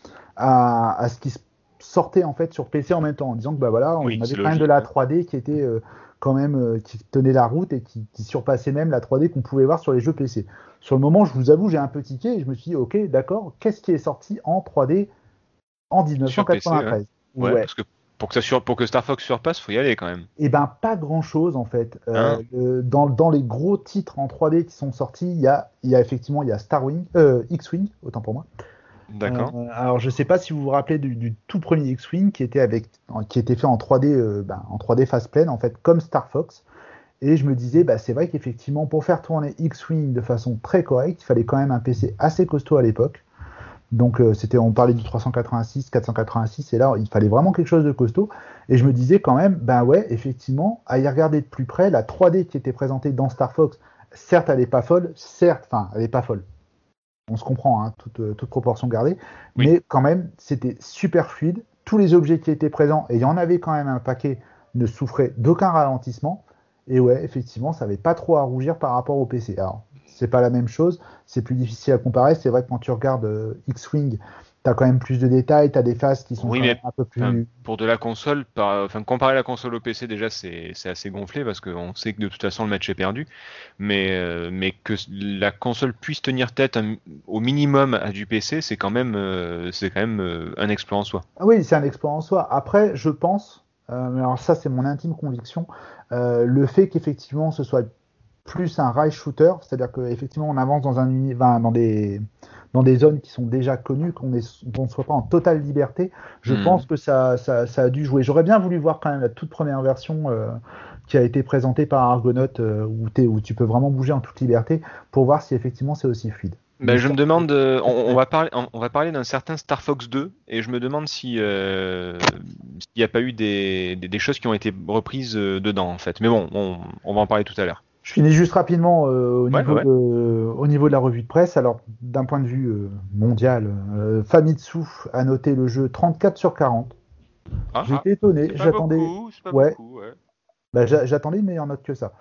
Speaker 4: à ce qui sortait en fait sur PC en même temps en disant que bah voilà, on
Speaker 1: Oui,
Speaker 4: avait
Speaker 1: c'est
Speaker 4: quand même
Speaker 1: logique,
Speaker 4: de la
Speaker 1: hein.
Speaker 4: 3D qui était quand même qui tenait la route et qui surpassait même la 3D qu'on pouvait voir sur les jeux PC. Sur le moment, je vous avoue, j'ai un peu tiqué et je me suis dit OK, d'accord, qu'est-ce qui est sorti en 3D en
Speaker 1: Sur PC, ouais.
Speaker 4: 1993?
Speaker 1: Ouais, parce que pour que Star Fox surpasse, faut y aller quand même.
Speaker 4: Eh ben, pas grand-chose en fait.
Speaker 1: Hein?
Speaker 4: Dans les gros titres en 3D qui sont sortis, il y a effectivement X-Wing, autant pour moi.
Speaker 1: D'accord.
Speaker 4: Alors, je sais pas si vous vous rappelez du tout premier X-Wing qui était fait en 3D, en 3D face pleine en fait, comme Star Fox. Et je me disais, c'est vrai qu'effectivement, pour faire tourner X-Wing de façon très correcte, il fallait quand même un PC assez costaud à l'époque. Donc on parlait du 386, 486, et là il fallait vraiment quelque chose de costaud. Et je me disais quand même, ouais, effectivement, à y regarder de plus près, la 3D qui était présentée dans Star Fox, certes elle est pas folle, elle est pas folle. On se comprend, hein, toute proportion gardée,
Speaker 1: Oui.
Speaker 4: mais quand même c'était super fluide. Tous les objets qui étaient présents, et il y en avait quand même un paquet, ne souffraient d'aucun ralentissement. Et ouais, effectivement, ça n'avait pas trop à rougir par rapport au PC. Alors, c'est pas la même chose, c'est plus difficile à comparer. C'est vrai que quand tu regardes X-Wing, tu as quand même plus de détails, tu as des phases qui sont
Speaker 1: Oui,
Speaker 4: quand même un peu plus.
Speaker 1: pour de la console, comparer la console au PC, déjà, c'est assez gonflé parce qu'on sait que de toute façon, le match est perdu. Mais que la console puisse tenir tête au minimum à du PC, c'est quand même un exploit en soi.
Speaker 4: Ah oui, c'est un exploit en soi. Après, je pense, mais alors ça, c'est mon intime conviction, le fait qu'effectivement ce soit plus un rail shooter, c'est-à-dire qu'effectivement on avance dans un univers, dans des zones qui sont déjà connues, qu'on ne soit pas en totale liberté, je pense que ça a dû jouer. J'aurais bien voulu voir quand même la toute première version qui a été présentée par Argonaut, où tu peux vraiment bouger en toute liberté, pour voir si effectivement c'est aussi fluide.
Speaker 1: Je me demande, on va parler d'un certain Star Fox 2, et je me demande s'il n'y a pas eu des choses qui ont été reprises dedans en fait. Mais bon, on va en parler tout à l'heure.
Speaker 4: Je finis juste rapidement au niveau de la revue de presse. Alors, d'un point de vue mondial, Famitsu a noté le jeu 34 sur 40. J'étais étonné. J'attendais.
Speaker 5: Beaucoup, ouais.
Speaker 4: J'attendais une meilleure note que ça.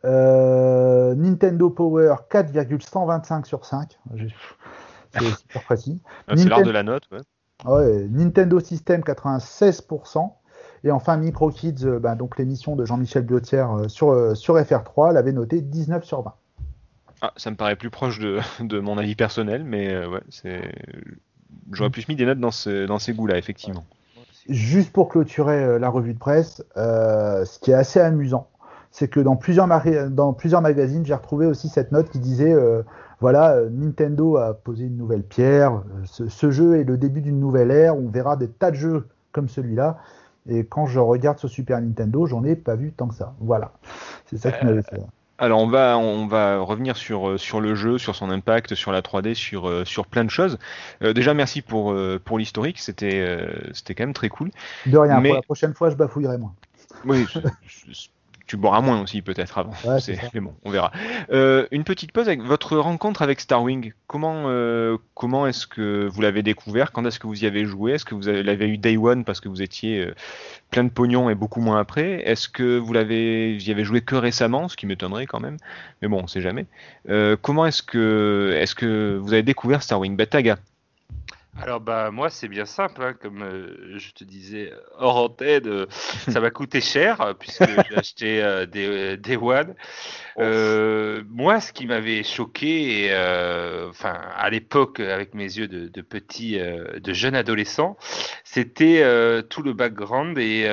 Speaker 4: Nintendo Power 4,125 sur 5. C'est super précis.
Speaker 1: C'est l'art de la note, ouais.
Speaker 4: Ouais, Nintendo System 96%. Et enfin, MicroKids, donc l'émission de Jean-Michel Biotière sur FR3, l'avait noté 19 sur 20.
Speaker 1: Ah, ça me paraît plus proche de mon avis personnel, mais j'aurais plus mis des notes dans ces goûts-là, effectivement.
Speaker 4: Juste pour clôturer la revue de presse, ce qui est assez amusant, c'est que dans plusieurs magazines, j'ai retrouvé aussi cette note qui disait Nintendo a posé une nouvelle pierre, ce jeu est le début d'une nouvelle ère, on verra des tas de jeux comme celui-là. Et quand je regarde sur Super Nintendo, j'en ai pas vu tant que ça. Voilà. C'est ça qui m'avait fait.
Speaker 1: Alors on va revenir sur le jeu, sur son impact, sur la 3D, sur plein de choses. Déjà merci pour l'historique, c'était quand même très cool.
Speaker 4: De rien, pour
Speaker 1: Mais
Speaker 4: la prochaine fois, je bafouillerai moins.
Speaker 1: oui, tu boiras moins aussi peut-être avant.
Speaker 4: Ouais, c'est ça.
Speaker 1: Mais bon, on verra. Une petite pause avec votre rencontre avec Starwing. Comment est-ce que vous l'avez découvert? Quand est-ce que vous y avez joué? Est-ce que l'avez eu Day One parce que vous étiez plein de pognon et beaucoup moins après? Est-ce que vous y avez joué que récemment, ce qui m'étonnerait quand même, mais bon, on sait jamais. Comment est-ce que vous avez découvert Starwing? Bah, Taga.
Speaker 5: Alors bah moi c'est bien simple, hein, comme je te disais hors antenne, ça m'a coûté cher puisque j'ai acheté des One. Moi ce qui m'avait choqué, enfin à l'époque avec mes yeux de petit, de jeune adolescent, c'était tout le background et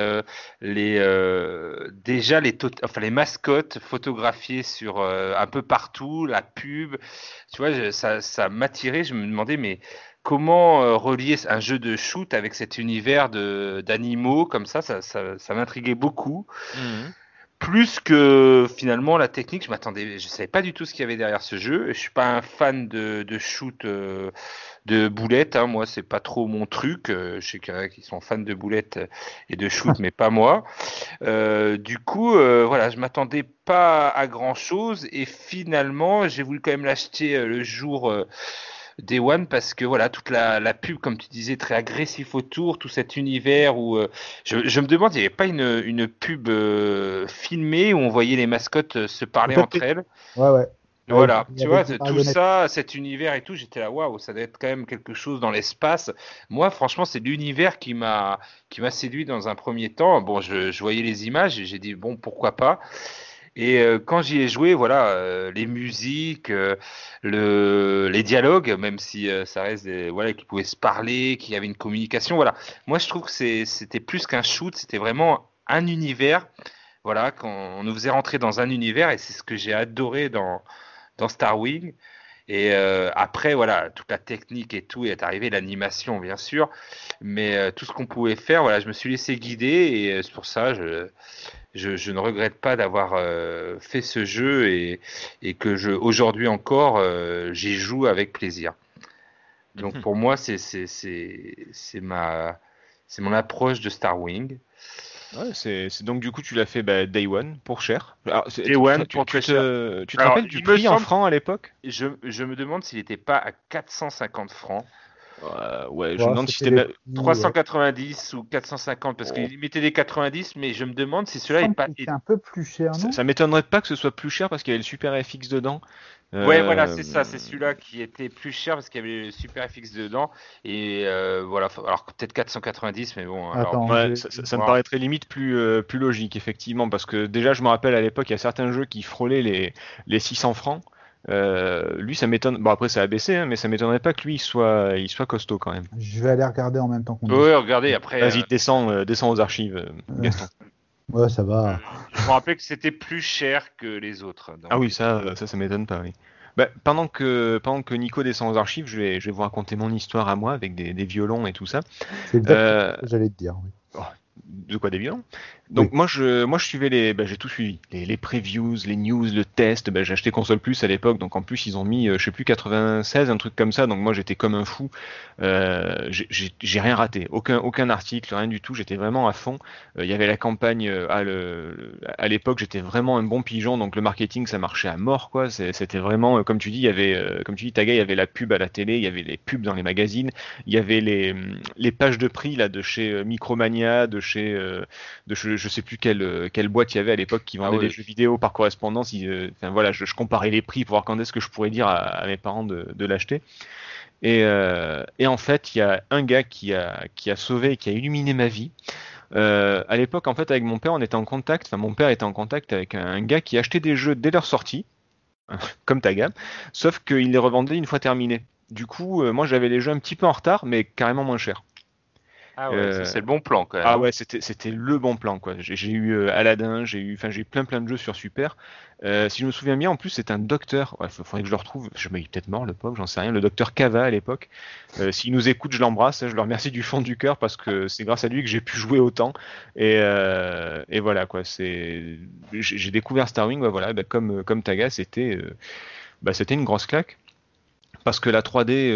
Speaker 5: déjà enfin les mascottes photographiées sur un peu partout, la pub, tu vois, ça m'attirait, je me demandais mais comment relier un jeu de shoot avec cet univers d'animaux comme ça m'intriguait beaucoup.
Speaker 1: Mhm.
Speaker 5: Plus que finalement la technique, je savais pas du tout ce qu'il y avait derrière ce jeu. Je suis pas un fan de shoot de boulettes, hein. Moi, c'est pas trop mon truc. Je sais qu'il y en a qui sont fans de boulettes et de shoot, mais pas moi. Du coup, voilà, je m'attendais pas à grand chose et finalement, j'ai voulu quand même l'acheter le jour. Day One parce que voilà toute la pub comme tu disais très agressif autour, tout cet univers où je me demande il n'y avait pas une pub filmée où on voyait les mascottes se parler entre elles.
Speaker 4: Ouais, ouais.
Speaker 5: Voilà,
Speaker 4: Il y
Speaker 5: tu
Speaker 4: avait
Speaker 5: vois,
Speaker 4: des
Speaker 5: tout
Speaker 4: marionnettes.
Speaker 5: ça, cet univers et tout, j'étais là, waouh, ça doit être quand même quelque chose dans l'espace. Moi, franchement, c'est l'univers qui m'a séduit dans un premier temps. Bon, je voyais les images et j'ai dit bon, pourquoi pas. Et quand j'y ai joué, voilà, les musiques, les dialogues, même si ça reste voilà, qu'ils pouvaient se parler, qu'il y avait une communication, voilà. Moi, je trouve que c'était plus qu'un shoot, c'était vraiment un univers. Voilà, quand on nous faisait rentrer dans un univers, et c'est ce que j'ai adoré dans Star Wing. Et après, voilà, toute la technique et tout est arrivé, l'animation, bien sûr, mais tout ce qu'on pouvait faire, voilà, je me suis laissé guider et c'est pour ça, je ne regrette pas d'avoir fait ce jeu et que aujourd'hui encore, j'y joue avec plaisir. Donc
Speaker 1: Mhm.
Speaker 5: pour moi, c'est mon approche de Star Wing.
Speaker 1: Ouais, donc du coup tu l'as fait bah, Day One pour cher. Alors,
Speaker 5: Day One pour très cher.
Speaker 1: tu te
Speaker 5: Alors,
Speaker 1: rappelles du
Speaker 5: il me
Speaker 1: prix en
Speaker 5: semble,
Speaker 1: francs à l'époque?
Speaker 5: je me demande s'il n'était pas à 450 francs.
Speaker 1: Ouais, je me
Speaker 4: Ouais,
Speaker 1: demande si
Speaker 4: c'était
Speaker 1: c'était
Speaker 4: les prix, ouais.
Speaker 5: 390 ou 450 parce
Speaker 1: Oh,
Speaker 5: qu'il mettait des 90, mais je me demande si
Speaker 4: Il me
Speaker 5: cela est
Speaker 4: semble
Speaker 5: pas.
Speaker 4: qu'il était un peu plus cher, non?
Speaker 1: ça m'étonnerait pas que ce soit plus cher parce qu'il y avait le Super FX dedans.
Speaker 5: Ouais, voilà,
Speaker 1: Euh,
Speaker 5: c'est ça, c'est celui-là qui était plus cher parce qu'il y avait le Super FX dedans et voilà, alors peut-être 490, mais bon, alors
Speaker 4: Attends,
Speaker 1: Ouais,
Speaker 4: j'ai...
Speaker 1: ça me
Speaker 5: voir.
Speaker 1: paraîtrait limite plus logique, effectivement, parce que déjà, je me rappelle à l'époque, il y a certains jeux qui frôlaient les 600 francs. Lui, ça m'étonne. Bon, après, ça a baissé, hein, mais ça m'étonnerait pas que lui, il soit costaud quand même.
Speaker 4: Je vais aller regarder en même temps qu'on
Speaker 5: Ouais,
Speaker 4: discute.
Speaker 5: regardez, après,
Speaker 1: Vas-y, descends aux archives, Gaston.
Speaker 4: Ouais, ça va.
Speaker 5: je me rappelle que c'était plus cher que les autres.
Speaker 1: Ah
Speaker 5: Donc,
Speaker 1: oui, ça m'étonne pas, oui. Bah, pendant que Nico descend aux archives, je vais vous raconter mon histoire à moi avec des violons et tout ça.
Speaker 4: C'est exactement
Speaker 1: Euh,
Speaker 4: ce que j'allais te dire. Oui.
Speaker 1: oh, de quoi des violons?
Speaker 4: Oui.
Speaker 1: Donc moi je suivais j'ai tout suivi, les previews, les news, le test. J'ai acheté Console Plus à l'époque, donc en plus ils ont mis, je sais plus 96, un truc comme ça. Donc moi j'étais comme un fou. J'ai rien raté, aucun article, rien du tout. J'étais vraiment à fond. Il y avait la campagne à l'époque, j'étais vraiment un bon pigeon. Donc le marketing ça marchait à mort quoi. C'était vraiment comme tu dis, il y avait comme tu dis Taga, il y avait la pub à la télé, il y avait les pubs dans les magazines, il y avait les pages de prix là de chez Micromania, de je sais plus quelle boîte il y avait à l'époque qui vendait
Speaker 5: oui.
Speaker 1: des jeux vidéo par correspondance. Enfin voilà, je comparais les prix pour voir quand est-ce que je pourrais dire à mes parents de l'acheter. Et en fait, il y a un gars qui a sauvé et qui a illuminé ma vie. À l'époque, en fait, avec mon père, on était en contact. Enfin, mon père était en contact avec un gars qui achetait des jeux dès leur sortie, comme ta gamme, sauf qu'il les revendait une fois terminés. Du coup, moi, j'avais les jeux un petit peu en retard, mais carrément moins cher.
Speaker 5: Ah ouais, ça, c'est le bon plan quand même.
Speaker 1: Ah ouais, c'était le bon plan quoi. J'ai eu Aladdin, j'ai eu plein de jeux sur Super. Si je me souviens bien, en plus c'est un docteur. Ouais, faudrait que je le retrouve. Il est peut-être mort à l'époque, j'en sais rien. Le docteur Cava à l'époque. S'il nous écoute, je l'embrasse. Je le remercie du fond du cœur parce que c'est grâce à lui que j'ai pu jouer autant. Et voilà quoi. J'ai découvert Star Wing. Ouais, voilà, comme Taga, c'était une grosse claque parce que la 3D.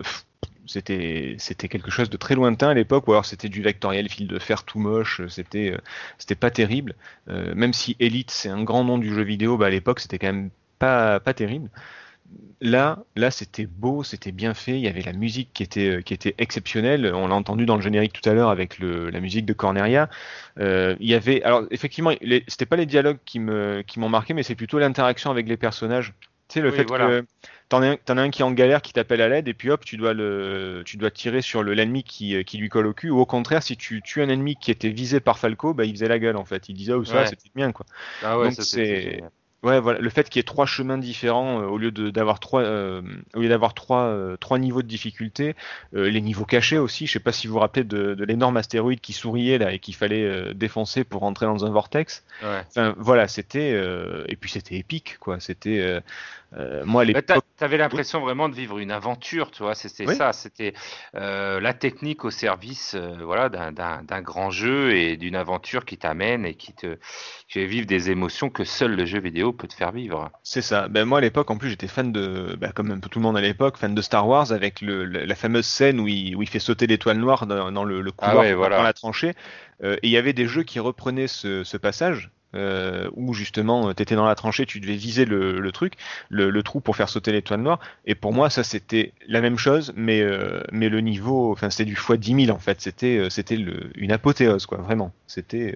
Speaker 1: C'était quelque chose de très lointain à l'époque, ou alors c'était du vectoriel fil de fer tout moche, c'était pas terrible. Même si Elite c'est un grand nom du jeu vidéo, à l'époque c'était quand même pas terrible. Là c'était beau, c'était bien fait, il y avait la musique qui était exceptionnelle, on l'a entendu dans le générique tout à l'heure avec la musique de Corneria. Il y avait, alors effectivement, c'était pas les dialogues qui m'ont marqué, mais c'est plutôt l'interaction avec les personnages. Tu sais, le fait que t'en as un qui est en galère, qui t'appelle à l'aide, et puis hop, tu dois tirer sur l'ennemi qui lui colle au cul, ou au contraire, si tu tues un ennemi qui était visé par Falco, il faisait la gueule en fait. Il disait, oh, ça, c'était bien quoi.
Speaker 5: Ah ouais,
Speaker 1: donc
Speaker 5: ça, c'était génial.
Speaker 1: Ouais, voilà, le fait qu'il y ait 3 chemins différents au lieu d'avoir trois niveaux de difficulté, les niveaux cachés aussi. Je sais pas si vous vous rappelez de l'énorme astéroïde qui souriait là et qu'il fallait défoncer pour rentrer dans un vortex.
Speaker 5: Ouais.
Speaker 1: Enfin, voilà, et puis c'était épique quoi. C'était moi à l'époque.
Speaker 5: T'avais l'impression vraiment de vivre une aventure, tu vois. C'était ça, c'était la technique au service, voilà, d'un grand jeu et d'une aventure qui t'amène et qui fait vivre des émotions que seul le jeu vidéo peut te faire vivre.
Speaker 1: C'est ça. Moi à l'époque, en plus, j'étais fan comme un peu tout le monde à l'époque, fan de Star Wars avec la fameuse scène où il fait sauter l'étoile noire dans le couloir dans la tranchée. Et il y avait des jeux qui reprenaient ce passage. Où justement t'étais dans la tranchée, tu devais viser le truc, le trou pour faire sauter l'étoile noire. Et pour moi, ça c'était la même chose, mais le niveau, enfin c'était du x 10 000 en fait. C'était une apothéose quoi, vraiment. C'était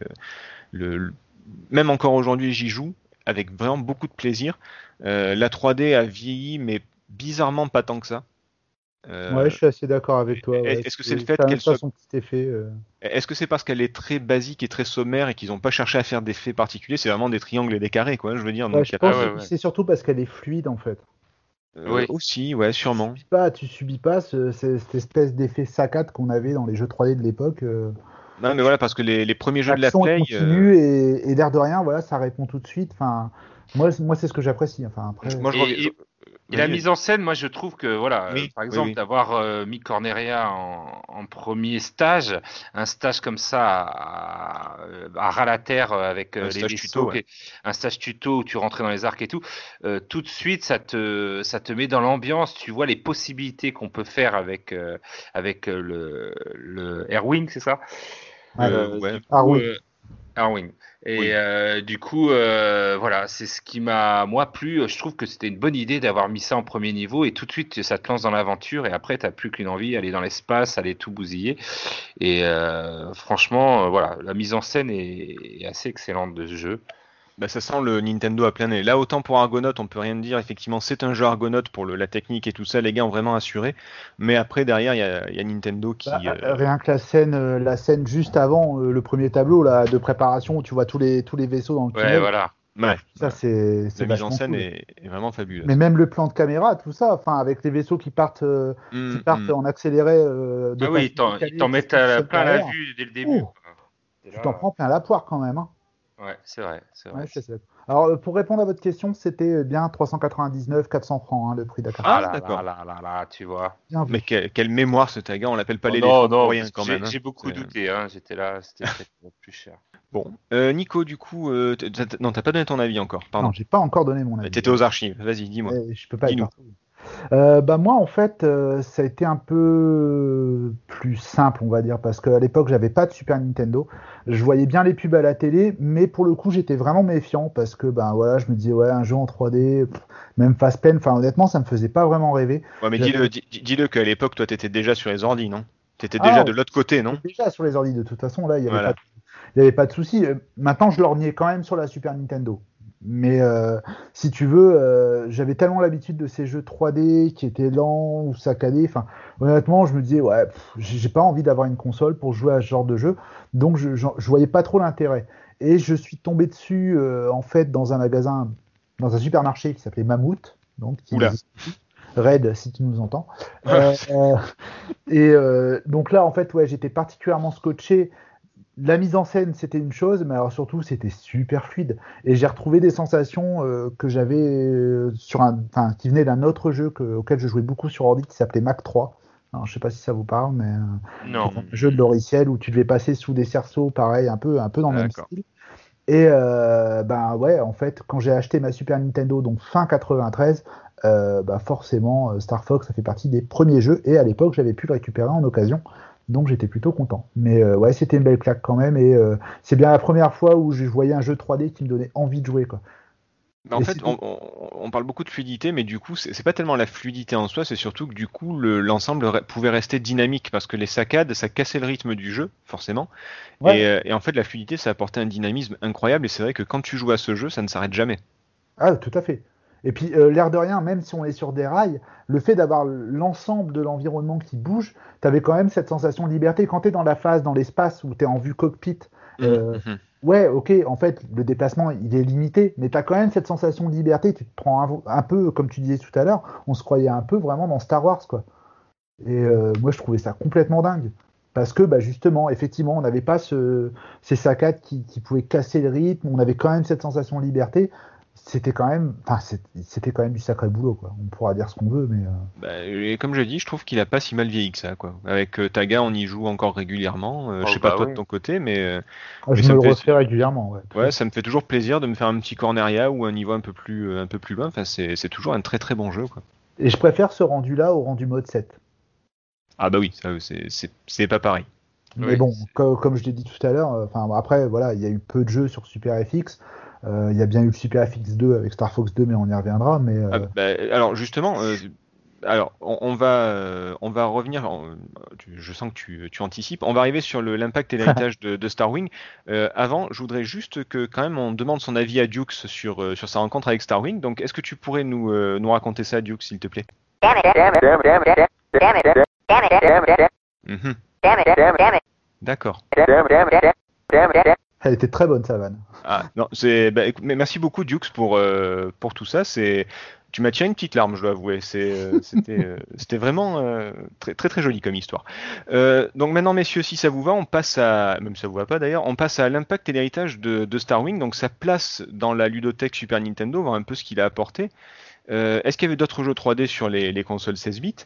Speaker 1: même encore aujourd'hui, j'y joue avec vraiment beaucoup de plaisir. La 3D a vieilli, mais bizarrement pas tant que ça.
Speaker 4: Ouais, je suis assez d'accord avec toi. Ouais.
Speaker 1: Est-ce que c'est le fait qu'elle
Speaker 4: soit son petit effet
Speaker 1: Est-ce que c'est parce qu'elle est très basique et très sommaire et qu'ils n'ont pas cherché à faire d'effets particuliers? C'est vraiment des triangles et des carrés, quoi. Je veux dire.
Speaker 4: Ouais, je pense que c'est surtout parce qu'elle est fluide, en fait.
Speaker 1: Oui. Aussi, ouais, sûrement.
Speaker 4: Tu subis pas cette espèce d'effet saccade qu'on avait dans les jeux 3D de l'époque.
Speaker 1: Non, mais voilà, parce que les premiers jeux de la Play.
Speaker 4: Continue et l'air de rien, voilà, ça répond tout de suite. Enfin, moi, c'est ce que j'apprécie. Enfin, après.
Speaker 1: Moi,
Speaker 5: et la mise en scène, moi je trouve que voilà, par exemple, d'avoir mis Corneria en premier stage, un stage comme ça à ras la terre avec les vaisseaux, un stage tuto où tu rentrais dans les arcs et tout de suite ça te met dans l'ambiance, tu vois les possibilités qu'on peut faire avec le Airwing, c'est ça? Airwing. Et du coup, voilà, c'est ce qui m'a moi plu. Je trouve que c'était une bonne idée d'avoir mis ça en premier niveau et tout de suite ça te lance dans l'aventure et après t'as plus qu'une envie, aller dans l'espace, aller tout bousiller. Et franchement, voilà, la mise en scène est assez excellente de ce jeu.
Speaker 1: Ça sent le Nintendo à plein nez. Là, autant pour Argonaut, on peut rien dire. Effectivement, c'est un jeu Argonaut pour la technique et tout ça. Les gars ont vraiment assuré. Mais après, derrière, il y a Nintendo qui.
Speaker 4: Rien que la scène juste avant le premier tableau là, de préparation où tu vois tous les vaisseaux dans le tunnel.
Speaker 5: Ouais, voilà.
Speaker 1: Ouais.
Speaker 4: Ça, c'est
Speaker 1: la mise en scène est vraiment fabuleuse.
Speaker 4: Mais même le plan de caméra, tout ça, enfin, avec les vaisseaux qui partent en accéléré.
Speaker 5: Ils t'en mettent plein la vue dès le début.
Speaker 4: Tu t'en prends plein la poire quand même. Hein.
Speaker 5: Ouais, c'est vrai.
Speaker 4: Ouais, alors, pour répondre à votre question, c'était bien 399, 400 francs, le prix Dakar.
Speaker 5: Ah là, tu vois.
Speaker 1: Mais quelle mémoire ce Taga, on l'appelle pas l'éléphant pour rien quand même.
Speaker 5: J'ai beaucoup douté, j'étais là, c'était peut-être plus cher.
Speaker 1: Bon, Nico, du coup, non, t'as pas donné ton avis encore, pardon.
Speaker 4: Non, j'ai pas encore donné mon avis.
Speaker 1: T'étais aux archives, vas-y, dis-moi.
Speaker 4: Je peux pas être partout. Moi, en fait, ça a été un peu plus simple, on va dire, parce qu'à l'époque, j'avais pas de Super Nintendo. Je voyais bien les pubs à la télé, mais pour le coup, j'étais vraiment méfiant parce que, voilà, je me disais, un jeu en 3D, même Fast-Pen, enfin, honnêtement, ça me faisait pas vraiment rêver.
Speaker 1: Ouais, mais dis-le qu'à l'époque, toi, t'étais déjà sur les ordi, non? T'étais déjà de l'autre côté, non?
Speaker 4: Déjà sur les ordi, de toute façon, là, il y avait pas de souci. Maintenant, je lorgnais quand même sur la Super Nintendo. Mais si tu veux, j'avais tellement l'habitude de ces jeux 3D qui étaient lents ou saccadés. Enfin, honnêtement, je me disais, j'ai pas envie d'avoir une console pour jouer à ce genre de jeu. Donc, je voyais pas trop l'intérêt. Et je suis tombé dessus, en fait, dans un magasin, dans un supermarché qui s'appelait Mammouth. Donc, Red, si tu nous entends. Donc là, en fait, ouais, j'étais particulièrement scotché. La mise en scène, c'était une chose, mais alors surtout, c'était super fluide. Et j'ai retrouvé des sensations que j'avais qui venaient d'un autre jeu auquel je jouais beaucoup sur ordi, qui s'appelait Mac 3. Alors, je sais pas si ça vous parle, mais
Speaker 5: Non.
Speaker 4: c'est un jeu de logiciel où tu devais passer sous des cerceaux, pareil, un peu dans le même
Speaker 5: D'accord.
Speaker 4: style. Et ouais, en fait, quand j'ai acheté ma Super Nintendo, donc fin 93, forcément, Star Fox, ça fait partie des premiers jeux. Et à l'époque, j'avais pu le récupérer en occasion. Donc j'étais plutôt content. Mais ouais, c'était une belle claque quand même. Et c'est bien la première fois où je voyais un jeu 3D qui me donnait envie de jouer, quoi.
Speaker 1: Mais en
Speaker 4: Et
Speaker 1: fait, on parle beaucoup de fluidité, mais du coup, c'est pas tellement la fluidité en soi, c'est surtout que du coup, l'ensemble pouvait rester dynamique parce que les saccades, ça cassait le rythme du jeu, forcément.
Speaker 4: Ouais.
Speaker 1: Et en fait, la fluidité, ça apportait un dynamisme incroyable. Et c'est vrai que quand tu joues à ce jeu, ça ne s'arrête jamais.
Speaker 4: Ah, tout à fait. Et puis, l'air de rien, même si on est sur des rails, le fait d'avoir l'ensemble de l'environnement qui bouge, tu avais quand même cette sensation de liberté. Quand tu es dans la phase, dans l'espace où tu es en vue cockpit,
Speaker 1: Mhm.
Speaker 4: ouais, ok, en fait, le déplacement, il est limité, mais tu as quand même cette sensation de liberté. Tu te prends un peu, comme tu disais tout à l'heure, on se croyait un peu vraiment dans Star Wars, quoi. Et moi, je trouvais ça complètement dingue. Parce que, justement, effectivement, on n'avait pas ces saccades qui pouvaient casser le rythme, on avait quand même cette sensation de liberté. C'était quand même du sacré boulot, quoi. On pourra dire ce qu'on veut, mais
Speaker 1: Et comme je dis, je trouve qu'il a pas si mal vieilli que ça, quoi. Avec Taga, on y joue encore régulièrement. Je
Speaker 5: Oh,
Speaker 1: sais pas toi de
Speaker 5: oui.
Speaker 1: ton côté, mais
Speaker 4: je
Speaker 1: ça
Speaker 4: me
Speaker 1: me
Speaker 4: le
Speaker 1: fait,
Speaker 4: refais régulièrement, ouais, tout à
Speaker 1: ouais,
Speaker 4: fait.
Speaker 1: ça me fait toujours plaisir de me faire un petit Corneria ou un niveau un peu plus loin. Enfin, c'est toujours un très très bon jeu, quoi.
Speaker 4: Et je préfère ce rendu-là au rendu mode 7.
Speaker 1: Ah bah oui, ça, c'est pas pareil.
Speaker 4: Mais
Speaker 5: Oui.
Speaker 4: bon, comme je l'ai dit tout à l'heure, après, voilà, il y a eu peu de jeux sur Super FX. Il y a bien eu le Super FX 2 avec Star Fox 2, mais on y reviendra. Mais
Speaker 1: Alors justement, on va revenir. Je sens que tu anticipes. On va arriver sur l'impact et l'héritage de Starwing. Avant, je voudrais juste que quand même on demande son avis à Dukes sur sa rencontre avec Starwing. Donc, est-ce que tu pourrais nous raconter ça, Dukes, s'il te plaît? Mhm. D'accord.
Speaker 4: elle était très bonne, sa vanne.
Speaker 1: Ah non, mais merci beaucoup Dukes pour tout ça. Tu m'as tiré une petite larme, je dois avouer. C'était vraiment très très très joli comme histoire. Donc maintenant, messieurs, si ça vous va, même si ça vous va pas d'ailleurs, on passe à l'impact et l'héritage de Starwing. Donc sa place dans la ludothèque Super Nintendo, voir un peu ce qu'il a apporté. Est-ce qu'il y avait d'autres jeux 3D sur les consoles 16 bits?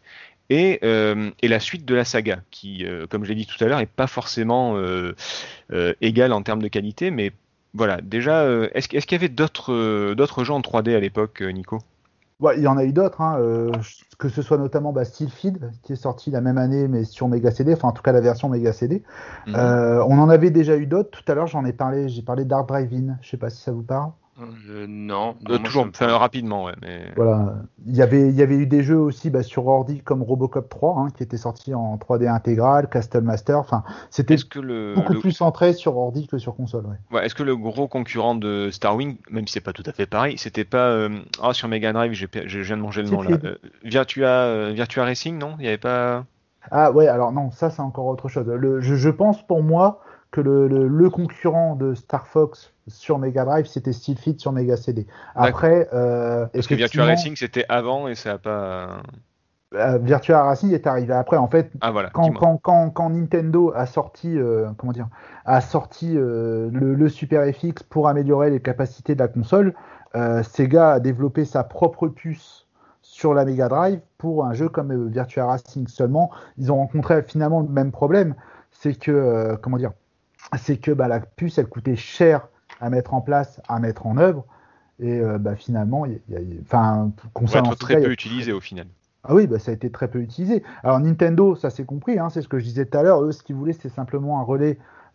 Speaker 1: Et la suite de la saga, qui, comme je l'ai dit tout à l'heure, est pas forcément égale en termes de qualité, mais voilà. Déjà, est-ce qu'il y avait d'autres jeux en 3D à l'époque, Nico?
Speaker 4: Ouais, il y en a eu d'autres, hein, que ce soit notamment Steel Feed, qui est sorti la même année, mais sur Mega CD, enfin en tout cas la version Mega CD.
Speaker 1: Mhm.
Speaker 4: On en avait déjà eu d'autres. Tout à l'heure, j'ai parlé d'Hard Drive-In. Je sais pas si ça vous parle.
Speaker 5: Non, moi,
Speaker 1: Toujours,
Speaker 5: ça me
Speaker 1: enfin,
Speaker 5: parle.
Speaker 1: rapidement, ouais, mais
Speaker 4: Voilà. Il y avait eu des jeux aussi sur ordi comme Robocop 3, hein, qui était sorti en 3D intégral, Castle Master. Enfin, c'était
Speaker 1: est-ce que
Speaker 4: beaucoup plus centré sur ordi que sur console. Ouais.
Speaker 1: ouais, est-ce que le gros concurrent de Starwing, même si c'est pas tout à fait pareil, c'était pas sur Mega Drive, je viens de manger le
Speaker 4: Steel
Speaker 1: nom là,
Speaker 4: Feed.
Speaker 1: Virtua Racing, non? Il y avait pas.
Speaker 4: Ah ouais, alors non, ça c'est encore autre chose. Je pense pour moi que le concurrent de Star Fox sur Mega Drive, c'était Steel Feed sur Mega CD.
Speaker 1: D'accord.
Speaker 4: Après,
Speaker 1: Parce que Virtua
Speaker 4: effectivement,
Speaker 1: Racing c'était avant et ça a pas.
Speaker 4: Virtua Racing est arrivé après. En fait,
Speaker 1: Ah voilà,
Speaker 4: quand,
Speaker 1: dis-moi.
Speaker 4: quand, quand, quand Nintendo a sorti, comment dire, a sorti le Super FX pour améliorer les capacités de la console, Sega a développé sa propre puce sur la Mega Drive pour un jeu comme Virtua Racing. Seulement, ils ont rencontré finalement le même problème, c'est que, comment dire, c'est que la puce, elle coûtait cher à mettre en place, à mettre en œuvre, et finalement,
Speaker 1: Pour
Speaker 4: console en
Speaker 1: être très
Speaker 4: Sega,
Speaker 1: peu utilisé au final.
Speaker 4: ah oui, ça a été très peu utilisé. Alors Nintendo, ça c'est compris, hein, c'est ce que je disais tout à l'heure. Eux, ce qu'ils voulaient, c'était simplement un relais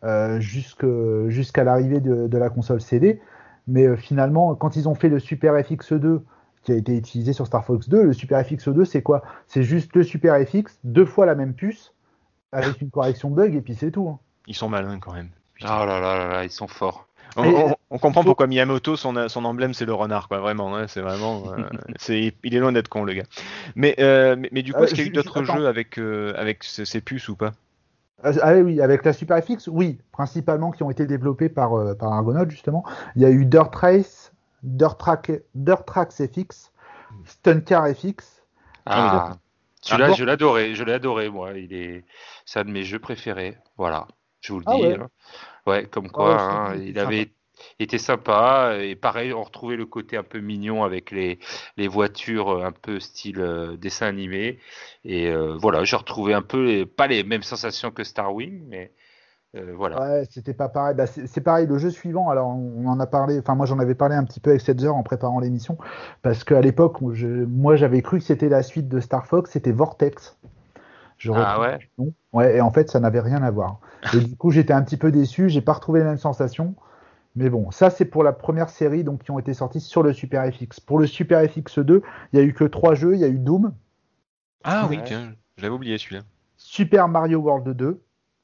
Speaker 4: jusqu'à l'arrivée de la console CD. Mais finalement, quand ils ont fait le Super FX2, qui a été utilisé sur Star Fox 2, le Super FX2, c'est quoi? C'est juste le Super FX, deux fois la même puce, avec une correction de bug, et puis c'est tout, hein.
Speaker 1: Ils sont malins quand même.
Speaker 5: Oh
Speaker 1: Putain.
Speaker 5: là là là là, ils sont forts.
Speaker 1: On comprend
Speaker 4: faut-
Speaker 1: pourquoi Miyamoto, son emblème, c'est le renard, quoi. Vraiment, hein, c'est vraiment, il est loin d'être con, le gars. Mais du coup, est-ce qu'il y a eu d'autres
Speaker 4: Attends.
Speaker 1: jeux avec ces puces ou pas?
Speaker 4: Ah oui, avec la Super FX, oui, principalement qui ont été développés par Argonaut, justement. Il y a eu Dirt Tracks FX, Stunt Car FX,
Speaker 5: Ah, celui-là,
Speaker 4: bon.
Speaker 5: je l'ai adoré, moi. C'est un de mes jeux préférés. Voilà, je vous le
Speaker 4: Ah
Speaker 5: dis.
Speaker 4: ouais,
Speaker 5: Hein. Ouais, comme
Speaker 4: ah ouais,
Speaker 5: quoi,
Speaker 4: celui-là,
Speaker 5: hein,
Speaker 4: il était
Speaker 5: il
Speaker 4: sympa.
Speaker 5: avait été sympa. Et pareil, on retrouvait le côté un peu mignon avec les voitures un peu style dessin animé. Et voilà, j'ai retrouvé un peu, pas les mêmes sensations que Star Wing, mais voilà.
Speaker 4: Ouais, c'était pas pareil. Bah, c'est pareil, le jeu suivant, alors on en a parlé, enfin moi j'en avais parlé un petit peu avec Setzer en préparant l'émission, parce qu'à l'époque, moi j'avais cru que c'était la suite de Star Fox, c'était Vortex. Je
Speaker 5: Ah
Speaker 4: retrouve
Speaker 5: ouais?
Speaker 4: le nom. Ouais, et en fait ça n'avait rien à voir. Et du coup j'étais un petit peu déçu, j'ai pas retrouvé les mêmes sensations, mais bon, ça c'est pour la première série donc, qui ont été sorties sur le Super FX. Pour le Super FX2, il y a eu que 3 jeux, il y a eu Doom,
Speaker 1: Ah oui,
Speaker 5: Ouais.
Speaker 1: tiens, je l'avais oublié celui-là.
Speaker 4: Super Mario World 2,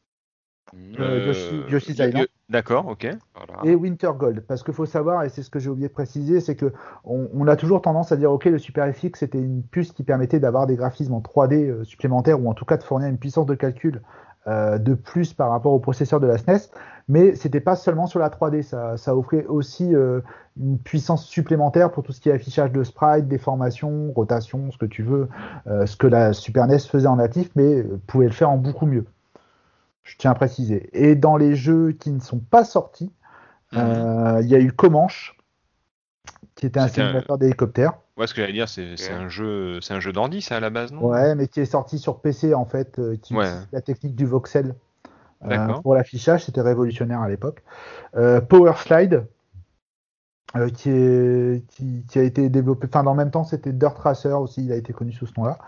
Speaker 4: Yoshi's Island,
Speaker 1: D'accord, ok.
Speaker 4: et
Speaker 5: Voilà.
Speaker 4: Winter Gold. Parce qu'il faut savoir, et c'est ce que j'ai oublié de préciser, c'est que on a toujours tendance à dire, ok, le Super FX, c'était une puce qui permettait d'avoir des graphismes en 3D supplémentaires, ou en tout cas de fournir une puissance de calcul de plus par rapport au processeur de la SNES. Mais c'était pas seulement sur la 3D, ça offrait aussi une puissance supplémentaire pour tout ce qui est affichage de sprite, déformation, rotation, ce que tu veux, ce que la Super NES faisait en natif, mais pouvait le faire en beaucoup mieux. Je tiens à préciser. Et dans les jeux qui ne sont pas sortis,
Speaker 1: Mhm.
Speaker 4: il y a eu Comanche, qui était un
Speaker 1: C'était un...
Speaker 4: simulateur d'hélicoptère.
Speaker 1: Ouais, ce que j'allais dire, c'est
Speaker 5: Ok.
Speaker 1: un jeu d'ordi, ça, à la base, non?
Speaker 4: Ouais, mais qui est sorti sur PC en fait, qui
Speaker 1: Ouais,
Speaker 4: utilise la technique du voxel
Speaker 1: d'accord.
Speaker 4: pour l'affichage. C'était révolutionnaire à l'époque. Power Slide, qui a été développé. Enfin, dans le même temps, c'était Dirt Racer aussi. Il a été connu sous ce nom-là.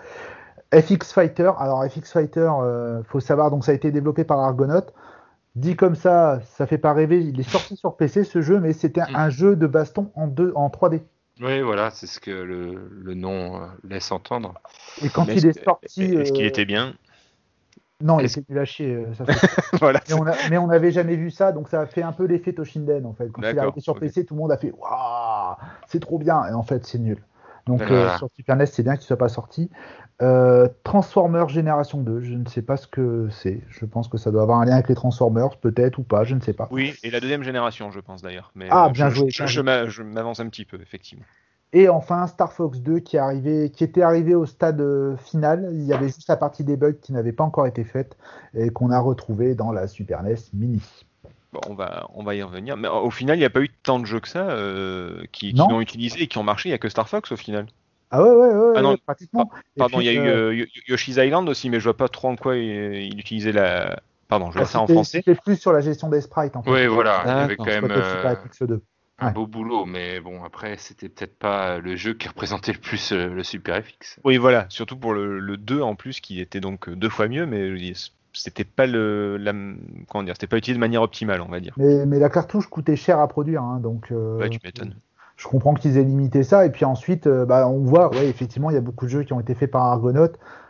Speaker 4: FX Fighter. Alors, FX Fighter, faut savoir, donc ça a été développé par Argonaut. Dit comme ça fait pas rêver. Il est sorti sur PC ce jeu, mais c'était
Speaker 5: Hmm.
Speaker 4: un jeu de baston en 3D.
Speaker 5: Oui, voilà, c'est ce que le nom laisse entendre.
Speaker 4: Et quand
Speaker 1: Mais
Speaker 4: il est sorti,
Speaker 1: est-ce qu'il était bien?
Speaker 4: non, il
Speaker 5: Est-ce
Speaker 4: était nul à chier, ça c'est sûr.
Speaker 1: Voilà.
Speaker 4: Mais on n'avait jamais vu ça, donc ça a fait un peu l'effet Toshinden en fait. Quand il est
Speaker 1: D'accord,
Speaker 4: arrivé sur
Speaker 1: ok.
Speaker 4: PC, tout le monde a fait waouh, c'est trop bien. Et en fait, c'est nul. Donc
Speaker 5: Voilà.
Speaker 4: sur Super NES, c'est bien qu'il ne soit pas sorti. Transformers Génération 2, je ne sais pas ce que c'est. Je pense que ça doit avoir un lien avec les Transformers, peut-être ou pas, je ne sais pas.
Speaker 1: Oui, et la deuxième génération, je pense d'ailleurs. Mais
Speaker 4: Ah, bien joué, bien joué.
Speaker 1: je m'avance un petit peu, effectivement.
Speaker 4: Et enfin, Star Fox 2 qui était arrivé au stade final. Il y avait juste la partie des bugs qui n'avait pas encore été faite et qu'on a retrouvé dans la Super NES Mini.
Speaker 1: Bon, on va y revenir. Mais au final, il n'y a pas eu tant de jeux que ça qui
Speaker 4: Non?
Speaker 1: l'ont utilisé et qui ont marché. Il n'y a que Star Fox au final.
Speaker 4: Ah ouais, ouais, ouais,
Speaker 1: Ah
Speaker 4: ouais,
Speaker 1: non,
Speaker 4: pratiquement. Et
Speaker 1: pardon,
Speaker 4: puis,
Speaker 1: il y a eu Yoshi's Island aussi, mais je vois pas trop en quoi il utilisait la. Pardon, je vois ça en français.
Speaker 4: c'était plus sur la gestion des sprites en fait,
Speaker 5: Oui, voilà, il y avait
Speaker 1: D'accord.
Speaker 5: quand
Speaker 4: du
Speaker 5: même
Speaker 4: côté Super FX2.
Speaker 5: un
Speaker 4: Ouais.
Speaker 5: beau boulot, mais bon, après, c'était peut-être pas le jeu qui représentait le plus le Super FX.
Speaker 1: Oui, voilà, surtout pour le 2 en plus, qui était donc deux fois mieux, mais c'était pas comment dire, c'était pas utilisé de manière optimale, on va dire.
Speaker 4: Mais la cartouche coûtait cher à produire, hein, donc
Speaker 1: Ouais, tu m'étonnes.
Speaker 4: je comprends qu'ils aient limité ça. Et puis ensuite, bah, on voit, ouais, effectivement, il y a beaucoup de jeux qui ont été faits par Argonaut.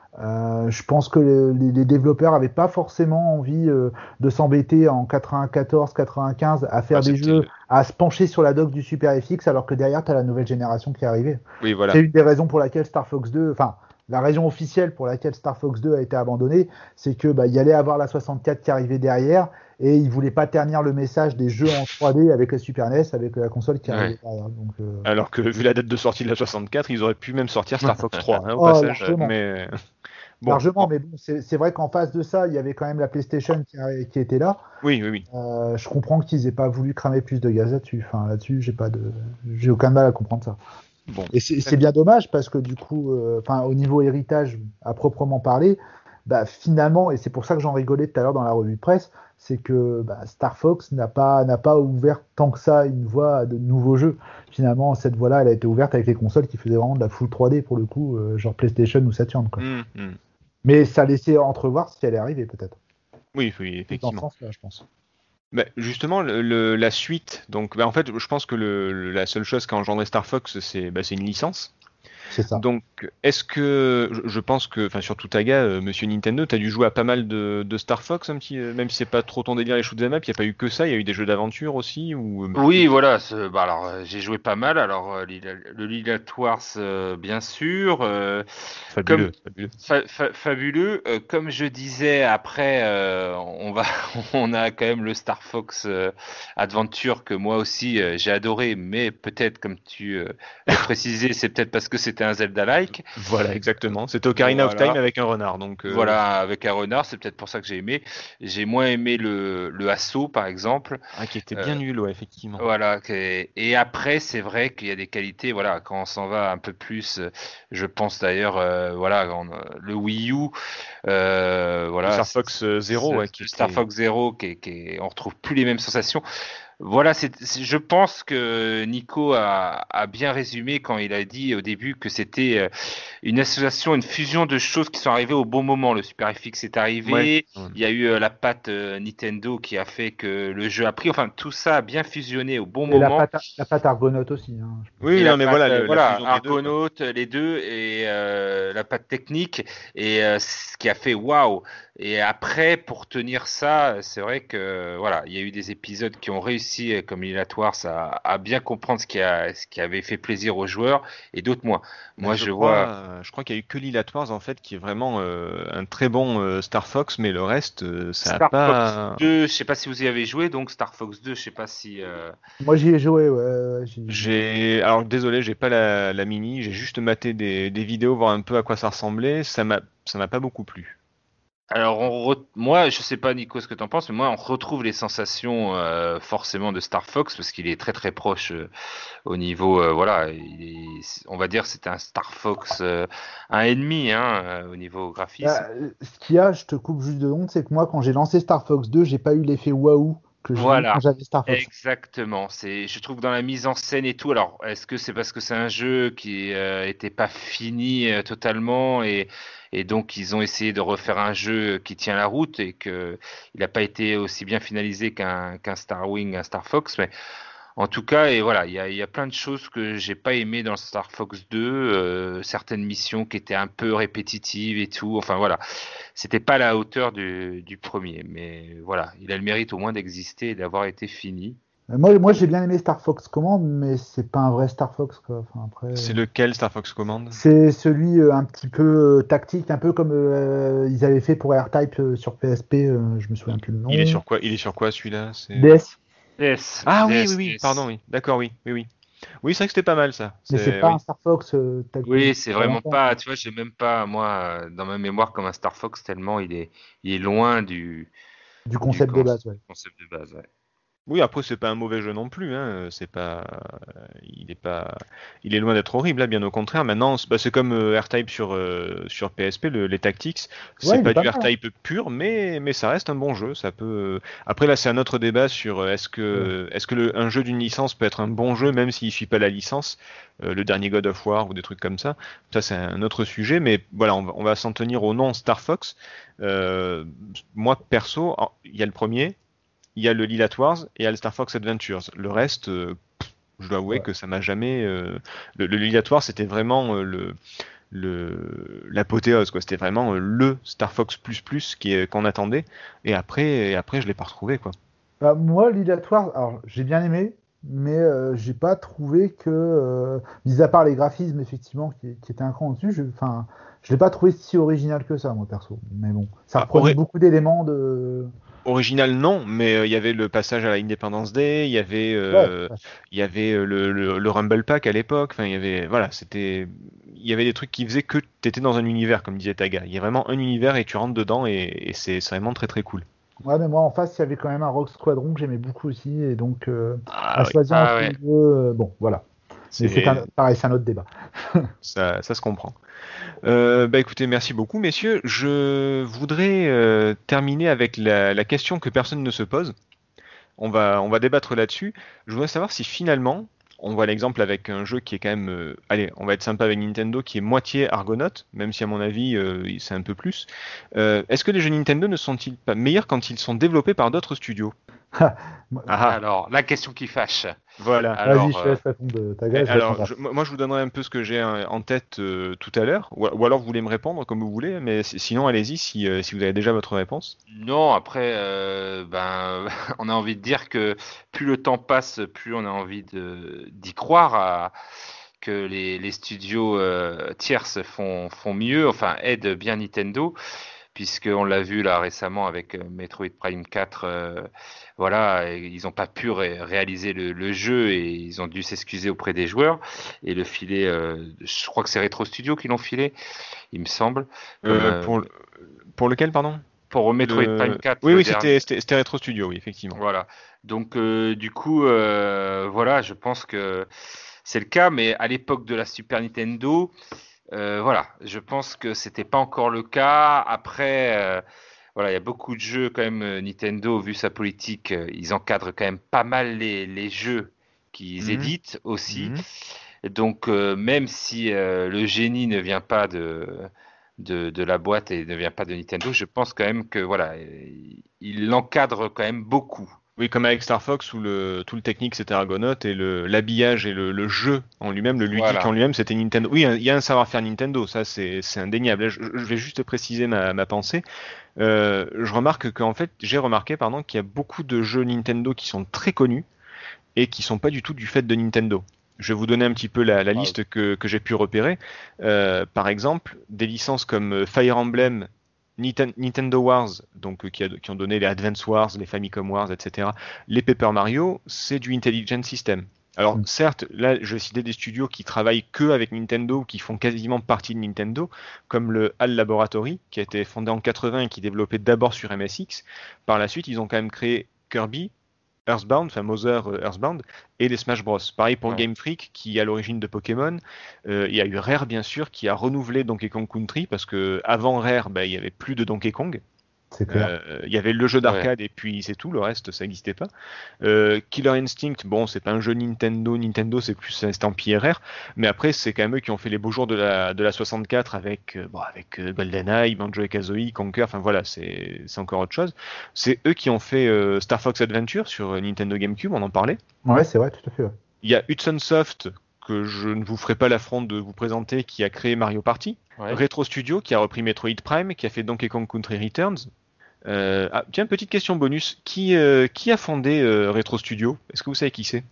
Speaker 4: Je pense que les développeurs n'avaient pas forcément envie de s'embêter en 94-95 à
Speaker 1: Ouais,
Speaker 4: faire des jeux, à se pencher sur la doc du Super FX, alors que derrière, tu as la nouvelle génération qui est arrivée.
Speaker 1: Oui,
Speaker 4: C'est
Speaker 1: voilà.
Speaker 4: une des raisons pour laquelle Star Fox 2, enfin, la raison officielle pour laquelle Star Fox 2 a été abandonné, c'est que bah, il y allait avoir la 64 qui arrivait derrière, et ils voulaient pas ternir le message des jeux en 3D avec la Super NES, avec la console qui
Speaker 5: Ouais.
Speaker 4: arrivait derrière. Donc,
Speaker 1: Alors que vu la date de sortie de la 64, ils auraient pu même sortir Star Fox 3, hein, au
Speaker 4: oh,
Speaker 1: passage.
Speaker 4: largement.
Speaker 1: Mais bon,
Speaker 4: Largement, mais bon, c'est vrai qu'en face de ça, il y avait quand même la PlayStation qui était là.
Speaker 1: oui, oui, oui.
Speaker 4: Je comprends qu'ils aient pas voulu cramer plus de gaz là-dessus. Enfin, là-dessus, j'ai aucun mal à comprendre ça.
Speaker 1: Bon,
Speaker 4: Et c'est bien dommage parce que du coup, enfin, au niveau héritage à proprement parler, bah, finalement, et c'est pour ça que j'en rigolais tout à l'heure dans la revue de presse, c'est que bah, Star Fox n'a pas ouvert tant que ça une voie à de nouveaux jeux. Finalement, cette voie-là, elle a été ouverte avec les consoles qui faisaient vraiment de la full 3D pour le coup, genre PlayStation ou Saturn, quoi.
Speaker 1: hum.
Speaker 4: Mais ça laissait entrevoir si elle est arrivée, peut-être.
Speaker 1: Oui, oui,
Speaker 4: Plus dans ce
Speaker 1: effectivement.
Speaker 4: sens-là, je pense.
Speaker 1: Bah, justement, la suite, donc, bah, en fait, je pense que la seule chose qu'a engendré Star Fox, c'est une licence.
Speaker 4: C'est ça.
Speaker 1: Donc, est-ce que, je pense que, enfin, sur Tutaga, Monsieur Nintendo, t'as dû jouer à pas mal de Star Fox, un petit, même si c'est pas trop ton délire les shoot'em up, il y a pas eu que ça, il y a eu des jeux d'aventure aussi, ou.
Speaker 5: Oui, voilà. Bah alors, j'ai joué pas mal. Alors, le Lilith Wars, bien sûr. Comme
Speaker 1: Fabuleux, fabuleux.
Speaker 5: fabuleux. Comme je disais, après, on a quand même le Star Fox Adventure que moi aussi j'ai adoré, mais peut-être comme tu l'as précisé, c'est peut-être parce que c'était c'était un Zelda-like.
Speaker 1: Voilà, exactement. C'était Ocarina of
Speaker 5: Voilà.
Speaker 1: Time avec un renard. Donc,
Speaker 5: Voilà, avec un renard, c'est peut-être pour ça que j'ai aimé. J'ai moins aimé le assaut, par exemple.
Speaker 1: qui était
Speaker 5: Euh,
Speaker 1: bien nul, ouais, effectivement.
Speaker 5: Voilà. Et après, c'est vrai qu'il y a des qualités. Voilà, quand on s'en va un peu plus, je pense d'ailleurs, voilà, le Wii U,
Speaker 1: Le
Speaker 5: voilà,
Speaker 1: Star Fox Zero, ouais, qui
Speaker 5: le Star
Speaker 1: était...
Speaker 5: Fox Zero, on retrouve plus les mêmes sensations. Voilà, je pense que Nico a bien résumé quand il a dit au début que c'était une association, une fusion de choses qui sont arrivées au bon moment. Le Super FX est
Speaker 1: Ouais.
Speaker 5: arrivé,
Speaker 1: Ouais.
Speaker 5: il y a eu la patte Nintendo qui a fait que le jeu a pris. Enfin, tout ça a bien fusionné au bon
Speaker 4: Et
Speaker 5: moment.
Speaker 4: la patte Argonaut aussi. Hein, je pense.
Speaker 1: Oui,
Speaker 5: Et
Speaker 1: non,
Speaker 5: la
Speaker 1: mais
Speaker 5: patte,
Speaker 1: voilà, la
Speaker 5: voilà,
Speaker 1: fusion des deux, quoi.
Speaker 5: Argonaut, les deux, et la patte technique, et ce qui a fait waouh. Et après, pour tenir ça, c'est vrai que voilà, il y a eu des épisodes qui ont réussi, comme Illatoires, à bien comprendre ce qui avait fait plaisir aux joueurs, et d'autres moins. Moi, je vois.
Speaker 1: Je crois qu'il y a eu que l'Illatoires en fait qui est vraiment un très bon Star Fox, mais le reste, ça a
Speaker 5: Star Fox
Speaker 1: pas.
Speaker 5: 2, je sais pas si vous y avez joué, donc Star Fox 2, je sais pas si.
Speaker 4: Moi, j'y ai joué, ouais.
Speaker 1: Alors désolé, j'ai pas la mini, j'ai juste maté des vidéos voir un peu à quoi ça ressemblait. Ça m'a pas beaucoup plu.
Speaker 5: Alors, moi, je sais pas, Nico, ce que t'en penses, mais moi, on retrouve les sensations forcément de Star Fox parce qu'il est très très proche au niveau, voilà, on va dire, c'était un Star Fox 1,5 au niveau graphisme.
Speaker 4: Bah, ce qu'il y a, je te coupe juste de honte, c'est que moi, quand j'ai lancé Star Fox 2, j'ai pas eu l'effet waouh que j'ai eu quand
Speaker 5: Voilà,
Speaker 4: j'avais Star Fox.
Speaker 5: exactement. Je trouve dans la mise en scène et tout. Alors, est-ce que c'est parce que c'est un jeu qui était pas fini totalement et donc ils ont essayé de refaire un jeu qui tient la route et que il n'a pas été aussi bien finalisé qu'un Star Wing, un Star Fox, mais en tout cas, et voilà, il y a plein de choses que j'ai pas aimé dans Star Fox 2, certaines missions qui étaient un peu répétitives et tout. Enfin voilà, c'était pas à la hauteur du premier, mais voilà, il a le mérite au moins d'exister et d'avoir été fini.
Speaker 4: Moi j'ai bien aimé Star Fox Command, mais c'est pas un vrai Star Fox, quoi. Enfin, après,
Speaker 1: C'est lequel Star Fox Command?
Speaker 4: c'est celui un petit peu tactique, un peu comme ils avaient fait pour R-Type sur PSP, je me souviens plus le nom.
Speaker 1: Il est sur quoi? Il est sur quoi celui-là?
Speaker 4: DS.
Speaker 5: Yes,
Speaker 1: Ah oui,
Speaker 5: yes,
Speaker 1: oui, oui,
Speaker 5: yes.
Speaker 1: pardon, oui. D'accord, oui, oui, oui. Oui, c'est vrai que c'était pas mal ça.
Speaker 4: Mais c'est pas
Speaker 1: Oui.
Speaker 4: un Star Fox tel que
Speaker 5: Oui, c'est vraiment
Speaker 4: longtemps.
Speaker 5: pas, tu vois, j'ai même pas, moi, dans ma mémoire comme un Star Fox, tellement il est loin
Speaker 4: Du concept de base, ouais.
Speaker 5: concept de base, ouais.
Speaker 1: Oui, après c'est pas un mauvais jeu non plus, hein. C'est pas, il est loin d'être horrible, là, bien au contraire. Maintenant, c'est comme R-Type sur PSP, les Tactics.
Speaker 4: Ouais,
Speaker 1: C'est
Speaker 4: il est
Speaker 1: pas
Speaker 4: pas
Speaker 1: du
Speaker 4: mal, hein.
Speaker 1: R-Type pur, mais ça reste un bon jeu. Ça peut. Après là, c'est un autre débat sur est-ce que un jeu d'une licence peut être un bon jeu même s'il suit pas la licence, le dernier God of War ou des trucs comme ça. Ça c'est un autre sujet, mais voilà, on va s'en tenir au nom Star Fox. Moi perso, il y a le premier. Il y a le Lilat Wars et il y a le Star Fox Adventures. Le reste, je dois avouer
Speaker 4: Ouais.
Speaker 1: que ça m'a jamais. Le Lilat Wars, c'était vraiment l'apothéose, quoi. C'était vraiment le Star Fox qu'on attendait. Et après, je l'ai pas retrouvé, quoi.
Speaker 4: Bah, moi, l'Illatoire, alors j'ai bien aimé, mais j'ai pas trouvé que, mis à part les graphismes, effectivement, qui étaient un cran au-dessus, enfin, je l'ai pas trouvé si original que ça, moi, perso. Mais bon, ça
Speaker 1: Ah,
Speaker 4: reprenait beaucoup d'éléments de.
Speaker 1: Original non, mais il y avait le passage à la Independence Day,
Speaker 4: Ouais,
Speaker 1: il y avait le Rumble Pack à l'époque. Enfin, il y avait voilà, il y avait des trucs qui faisaient que tu étais dans un univers, comme disait Taga. Il y a vraiment un univers et tu rentres dedans et c'est vraiment très très cool.
Speaker 4: ouais, mais moi, en face, il y avait quand même un Rogue Squadron que j'aimais beaucoup aussi, et donc,
Speaker 1: Ah
Speaker 4: à
Speaker 1: oui,
Speaker 4: choisir
Speaker 5: Ah
Speaker 4: entre
Speaker 5: ouais.
Speaker 4: les deux, bon, voilà. Mais pareil, c'est un autre débat.
Speaker 1: ça se comprend. Bah écoutez, merci beaucoup, messieurs. Je voudrais terminer avec la question que personne ne se pose. On va débattre là-dessus. Je voudrais savoir si finalement, on voit l'exemple avec un jeu qui est quand même, allez, on va être sympa avec Nintendo, qui est moitié Argonaut, même si à mon avis c'est un peu plus. Est-ce que les jeux Nintendo ne sont-ils pas meilleurs quand ils sont développés par d'autres studios? Ah,
Speaker 5: Alors, la question qui fâche.
Speaker 1: voilà.
Speaker 5: Alors,
Speaker 4: Vas-y, je te laisse répondre, Taga, je
Speaker 1: Alors,
Speaker 4: répondrai.
Speaker 1: moi, je vous donnerai un peu ce que j'ai en tête tout à l'heure, ou alors vous voulez me répondre comme vous voulez, mais sinon, allez-y si vous avez déjà votre réponse.
Speaker 5: non, après, ben, on a envie de dire que plus le temps passe, plus on a envie d'y croire que les studios tierces font mieux, enfin aident bien Nintendo. puisqu'on l'a vu là récemment avec Metroid Prime 4. Voilà, et ils n'ont pas pu réaliser le jeu et ils ont dû s'excuser auprès des joueurs et le filer. Je crois que c'est Retro Studio qui l'ont filé, il me semble.
Speaker 1: Pour lequel, pardon?
Speaker 5: Pour Metroid Prime 4.
Speaker 1: Oui, c'était Retro Studio, oui, effectivement.
Speaker 5: Voilà. Donc, du coup, voilà, je pense que c'est le cas, mais à l'époque de la Super Nintendo, voilà, je pense que c'était pas encore le cas. Après, voilà, il y a beaucoup de jeux quand même. Nintendo, vu sa politique, ils encadrent quand même pas mal les jeux qu'ils éditent aussi. Donc, même si le génie ne vient pas de la boîte et ne vient pas de Nintendo, je pense quand même que voilà, il l'encadre quand même beaucoup.
Speaker 1: Oui, comme avec Star Fox où tout le technique c'était Argonaut et l'habillage et le jeu en lui-même, le ludique en lui-même, c'était Nintendo. Oui, il y a un savoir-faire Nintendo, ça c'est indéniable. Je vais juste préciser ma pensée. Je remarque qu'en fait, j'ai remarqué qu'il y a beaucoup de jeux Nintendo qui sont très connus et qui sont pas du tout du fait de Nintendo. Je vais vous donner un petit peu la liste que j'ai pu repérer. Par exemple, des licences comme Fire Emblem, Nintendo Wars, donc qui ont donné les Advance Wars, les Famicom Wars, etc. Les Paper Mario, c'est du Intelligent System. Alors certes, là je vais citer des studios qui travaillent que avec Nintendo, qui font quasiment partie de Nintendo, comme le HAL Laboratory, qui a été fondé en 80 et qui développait d'abord sur MSX. Par la suite, ils ont quand même créé Kirby, Earthbound, enfin Mother Earthbound, et les Smash Bros. Pareil pour Game Freak, qui est à l'origine de Pokémon. Il y a eu Rare, bien sûr, qui a renouvelé Donkey Kong Country, parce que avant Rare, il n'y avait plus de Donkey Kong.
Speaker 4: C'est clair.
Speaker 1: Il y avait le jeu d'arcade et puis c'est tout, le reste ça n'existait pas. Killer Instinct, bon c'est pas un jeu Nintendo c'est plus estampillé Rare, mais après c'est quand même eux qui ont fait les beaux jours de la 64 avec GoldenEye, Banjo-Kazooie, Conker, enfin voilà, c'est encore autre chose. C'est eux qui ont fait Star Fox Adventure sur Nintendo GameCube, on en parlait.
Speaker 4: Ouais, c'est vrai, tout à fait. Ouais.
Speaker 1: Il y a Hudson Soft, que je ne vous ferai pas l'affront de vous présenter, qui a créé Mario Party. Retro Studio, qui a repris Metroid Prime, qui a fait Donkey Kong Country Returns. Tiens, petite question bonus. Qui a fondé Retro Studio? Est-ce que vous savez qui c'est?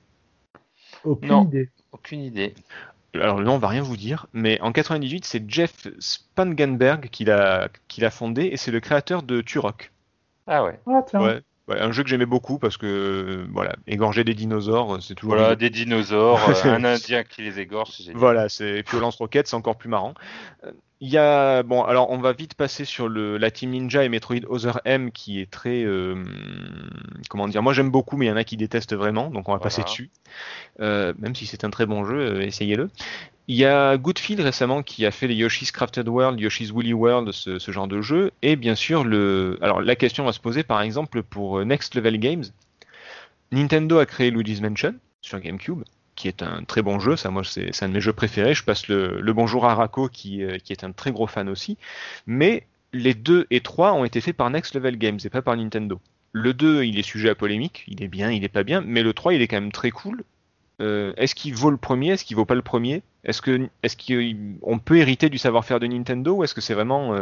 Speaker 5: Aucune idée.
Speaker 1: Alors là, on va rien vous dire, mais en 98, c'est Jeff Spangenberg qui l'a fondé et c'est le créateur de Turok.
Speaker 5: Ah ouais.
Speaker 4: Ah tiens.
Speaker 1: Ouais, un jeu que j'aimais beaucoup parce que voilà, égorger des dinosaures, c'est toujours.
Speaker 5: Voilà, des dinosaures, un Indien qui les égorge, c'est génial.
Speaker 1: Voilà, et puis au lance-roquette, c'est encore plus marrant. Il y a bon, alors on va vite passer sur la Team Ninja et Metroid Other M qui est très comment dire. Moi j'aime beaucoup, mais il y en a qui détestent vraiment, donc on va passer dessus. Même si c'est un très bon jeu, essayez-le. Il y a Goodfield récemment qui a fait les Yoshi's Crafted World, Yoshi's Woolly World, ce genre de jeu. Et bien sûr, alors la question va se poser par exemple pour Next Level Games. Nintendo a créé Luigi's Mansion sur GameCube, qui est un très bon jeu. Ça, moi, c'est un de mes jeux préférés. Je passe le bonjour à Rako, qui est un très gros fan aussi. Mais les 2 et 3 ont été faits par Next Level Games et pas par Nintendo. Le 2, il est sujet à polémique. Il est bien, il est pas bien. Mais le 3, il est quand même très cool. Est-ce qu'il vaut le premier? Est-ce qu'il vaut pas le premier? Est-ce qu'on peut hériter du savoir-faire de Nintendo ou est-ce que c'est vraiment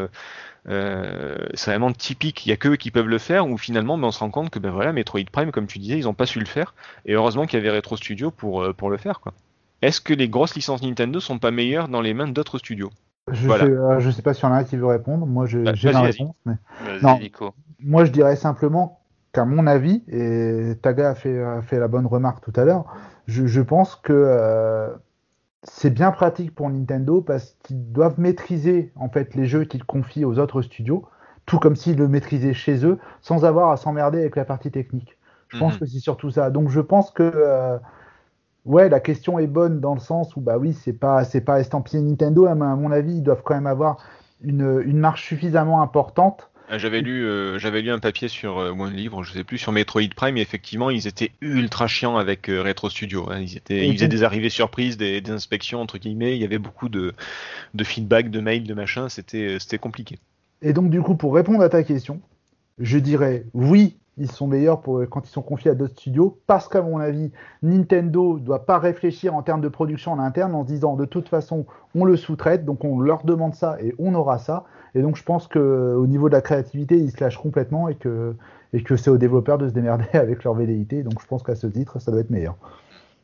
Speaker 1: typique? Il y a que eux qui peuvent le faire ou finalement on se rend compte que Metroid Prime, comme tu disais, ils ont pas su le faire et heureusement qu'il y avait Retro Studio pour le faire quoi. Est-ce que les grosses licences Nintendo sont pas meilleures dans les mains d'autres studios?
Speaker 4: Je sais pas si y en a un qui veut répondre. Moi j'ai la réponse. Mais...
Speaker 5: Vas-y, Nico.
Speaker 4: Moi je dirais simplement qu'à mon avis, et Taga a fait la bonne remarque tout à l'heure, je pense que c'est bien pratique pour Nintendo parce qu'ils doivent maîtriser en fait les jeux qu'ils confient aux autres studios, tout comme s'ils le maîtrisaient chez eux, sans avoir à s'emmerder avec la partie technique. Je pense que c'est surtout ça. Donc je pense que la question est bonne dans le sens où oui, c'est pas estampillé Nintendo, mais à mon avis, ils doivent quand même avoir une marge suffisamment importante.
Speaker 1: J'avais lu un papier sur ou un livre, je sais plus, sur Metroid Prime et effectivement ils étaient ultra chiants avec Retro Studio. Hein. Ils faisaient des arrivées surprises, des inspections entre guillemets. Il y avait beaucoup de feedback, de mails, de machin. C'était compliqué.
Speaker 4: Et donc du coup, pour répondre à ta question, je dirais oui, ils sont meilleurs quand ils sont confiés à d'autres studios, parce qu'à mon avis, Nintendo doit pas réfléchir en termes de production en interne en se disant de toute façon on le sous-traite, donc on leur demande ça et on aura ça. Et donc je pense qu'au niveau de la créativité, ils se lâchent complètement et que c'est aux développeurs de se démerder avec leur velléité. Donc je pense qu'à ce titre, ça doit être meilleur.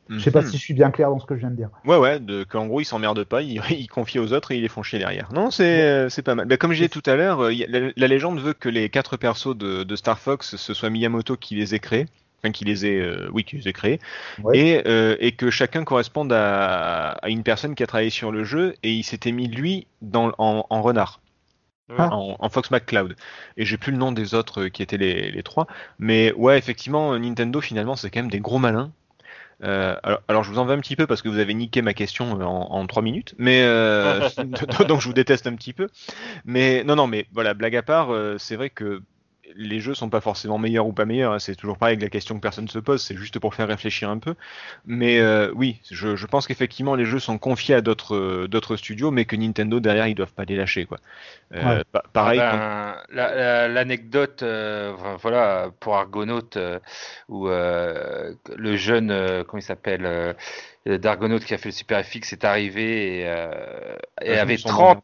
Speaker 4: Je sais pas si je suis bien clair dans ce que je viens de dire.
Speaker 1: Ouais, qu'en gros ils s'emmerdent pas, ils confient aux autres et ils les font chier derrière. Non, c'est pas mal. Bah, comme je disais tout à l'heure, la légende veut que les 4 persos de Star Fox, ce soit Miyamoto qui les ait créés. Enfin, qui les ait, qui les ait créés.
Speaker 4: Ouais.
Speaker 1: Et que chacun corresponde à une personne qui a travaillé sur le jeu et il s'était mis lui en renard.
Speaker 4: Ah.
Speaker 1: En Fox McCloud. Et j'ai plus le nom des autres qui étaient les 3. Mais ouais, effectivement, Nintendo finalement c'est quand même des gros malins. Alors je vous en veux un petit peu parce que vous avez niqué ma question en 3 minutes, mais donc je vous déteste un petit peu. Mais non, mais voilà, blague à part, c'est vrai que les jeux sont pas forcément meilleurs ou pas meilleurs, hein, c'est toujours pareil avec la question que personne se pose, c'est juste pour faire réfléchir un peu. Mais oui, je pense qu'effectivement les jeux sont confiés à d'autres studios, mais que Nintendo derrière ils doivent pas les lâcher quoi.
Speaker 4: Ouais.
Speaker 1: Pareil.
Speaker 5: L'anecdote, voilà, pour Argonaut, où le jeune, comment il s'appelle, d'Argonaut qui a fait le Super FX est arrivé et avait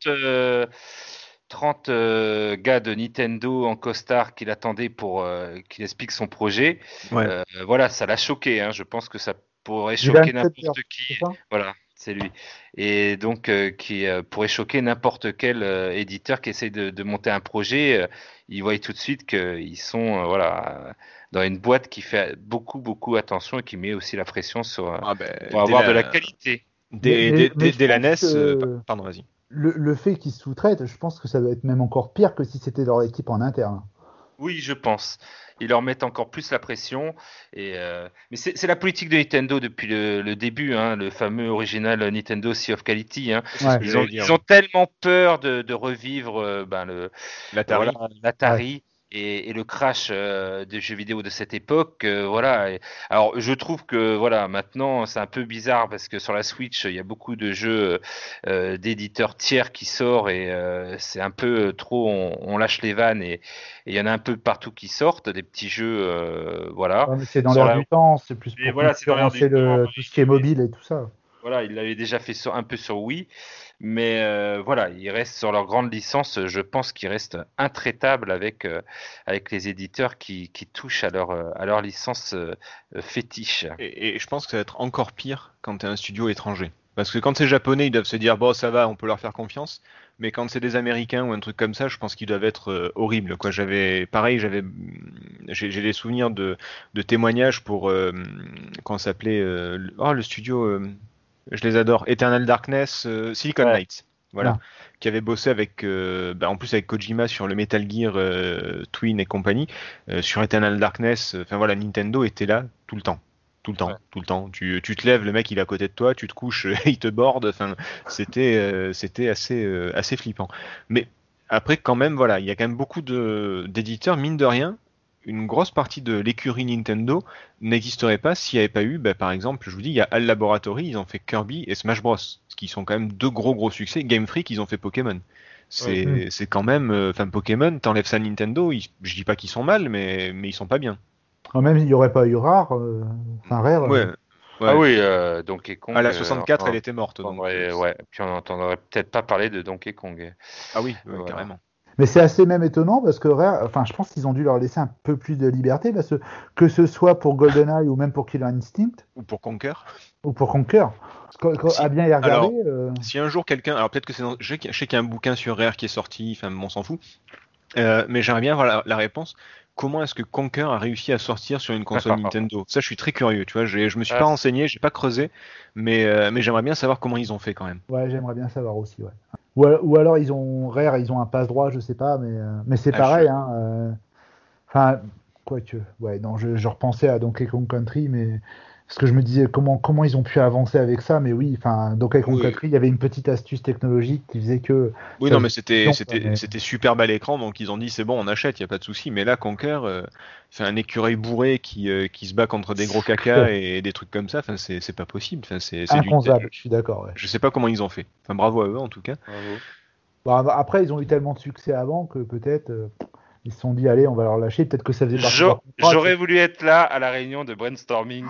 Speaker 5: 30 gars de Nintendo en costard qui l'attendaient pour qu'il explique son projet.
Speaker 1: Ouais.
Speaker 5: Voilà, ça l'a choqué. Hein. Je pense que ça pourrait
Speaker 4: Dylan
Speaker 5: choquer n'importe
Speaker 4: Tedder,
Speaker 5: qui.
Speaker 4: c'est ça
Speaker 5: Voilà, c'est lui. Et donc, qui pourrait choquer n'importe quel éditeur qui essaye de monter un projet. Ils voient tout de suite qu'ils sont voilà, dans une boîte qui fait beaucoup attention et qui met aussi la pression pour avoir de la qualité.
Speaker 4: Mais
Speaker 1: Dès la
Speaker 4: je
Speaker 1: NES.
Speaker 4: pense que
Speaker 1: Pardon, vas-y.
Speaker 4: le fait qu'ils sous-traitent, je pense que ça doit être même encore pire que si c'était leur équipe en interne.
Speaker 5: Oui, je pense. Ils leur mettent encore plus la pression. Mais c'est la politique de Nintendo depuis le début, hein, le fameux original Nintendo Sea of Quality. Hein.
Speaker 4: Ouais.
Speaker 5: Ils ont tellement peur de revivre
Speaker 1: L'Atari.
Speaker 5: l'Atari et le crash des jeux vidéo de cette époque. Voilà. Alors, je trouve que voilà, maintenant, c'est un peu bizarre parce que sur la Switch, il y a beaucoup de jeux d'éditeurs tiers qui sortent et c'est un peu trop, on lâche les vannes et il y en a un peu partout qui sortent, des petits jeux, voilà.
Speaker 4: Ouais, mais c'est dans
Speaker 5: Sur
Speaker 4: l'air
Speaker 5: la-
Speaker 4: du temps, c'est plus
Speaker 5: Et
Speaker 4: pour
Speaker 5: voilà, c'est dans l'air du
Speaker 4: concurrencer
Speaker 5: temps.
Speaker 4: tout ce qui est mobile et tout ça.
Speaker 5: Voilà, il l'avait déjà fait un peu sur Wii, mais voilà, ils restent sur leur grande licence. Je pense qu'ils restent intraitables avec les éditeurs qui touchent à leur licence fétiche.
Speaker 1: Et je pense que ça va être encore pire quand t'es un studio étranger. Parce que quand c'est japonais, ils doivent se dire bon ça va, on peut leur faire confiance. Mais quand c'est des Américains ou un truc comme ça, je pense qu'ils doivent être horribles. Quoi, j'ai des souvenirs de témoignages pour comment ça s'appelait le studio, je les adore, Eternal Darkness, Silicon
Speaker 5: Ouais.
Speaker 1: Knights. Voilà,
Speaker 4: Ah.
Speaker 1: qui avait bossé avec, en plus avec Kojima sur le Metal Gear Twin et compagnie, sur Eternal Darkness. Enfin voilà, Nintendo était là tout le temps. Tout le temps,
Speaker 5: Ouais.
Speaker 1: tout le temps. Tu te lèves, le mec il est à côté de toi, tu te couches, il te borde. Enfin, c'était assez flippant. Mais après, quand même, voilà, il y a quand même beaucoup d'éditeurs, mine de rien. Une grosse partie de l'écurie Nintendo n'existerait pas s'il n'y avait pas eu, par exemple, je vous dis, il y a HAL Laboratory, ils ont fait Kirby et Smash Bros, ce qui sont quand même deux gros succès. Game Freak, ils ont fait Pokémon. C'est quand même, enfin Pokémon, t'enlèves ça à Nintendo, je dis pas qu'ils sont mal, mais ils sont pas bien.
Speaker 4: Même il n'y aurait pas eu Rare, Rare.
Speaker 1: Ouais.
Speaker 5: Ah oui, Donkey Kong.
Speaker 1: À la 64, elle était morte. Donc,
Speaker 5: ouais. Puis on n'entendrait peut-être pas parler de Donkey Kong.
Speaker 1: Ah oui,
Speaker 5: Voilà.
Speaker 1: carrément.
Speaker 4: Mais c'est assez même étonnant parce que Rare, enfin, je pense qu'ils ont dû leur laisser un peu plus de liberté parce que ce soit pour GoldenEye ou même pour Killer Instinct
Speaker 1: Ou pour Conker.
Speaker 4: ou pour Conker.
Speaker 1: Si-
Speaker 4: À bien y regarder.
Speaker 1: Si un jour quelqu'un, alors peut-être que je sais qu'il y a un bouquin sur Rare qui est sorti, enfin on s'en fout, mais j'aimerais bien avoir la réponse. Comment est-ce que Conker a réussi à sortir sur une console Nintendo? Ça, je suis très curieux, tu vois. Je me suis pas renseigné, j'ai pas creusé, mais j'aimerais bien savoir comment ils ont fait quand même.
Speaker 4: Ouais, j'aimerais bien savoir aussi, ouais. Ou alors Rare, ils ont un passe-droit, je sais pas, mais c'est pareil, hein. Enfin, quoique, ouais, non, je repensais à Donkey Kong Country, mais parce que je me disais comment ils ont pu avancer avec ça, mais oui, enfin, Donkey Kong Country, il y avait une petite astuce technologique qui faisait que.
Speaker 1: Oui, non, mais c'était
Speaker 4: mais...
Speaker 1: superbe à l'écran, donc ils ont dit c'est bon, on achète, il y a pas de souci. Mais là, Conker, c'est un écureuil bourré qui se bat contre des gros caca et des trucs comme ça. Enfin, c'est pas possible. Enfin, c'est
Speaker 4: inconcevable. Je suis d'accord. Ouais.
Speaker 1: Je sais pas comment ils ont fait. Enfin, bravo à eux en tout cas.
Speaker 4: Bon, après, ils ont eu tellement de succès avant que peut-être. Ils se sont dit, allez, on va leur lâcher. Peut-être que ça faisait partie de leur contrat.
Speaker 5: J'aurais voulu être là à la réunion de brainstorming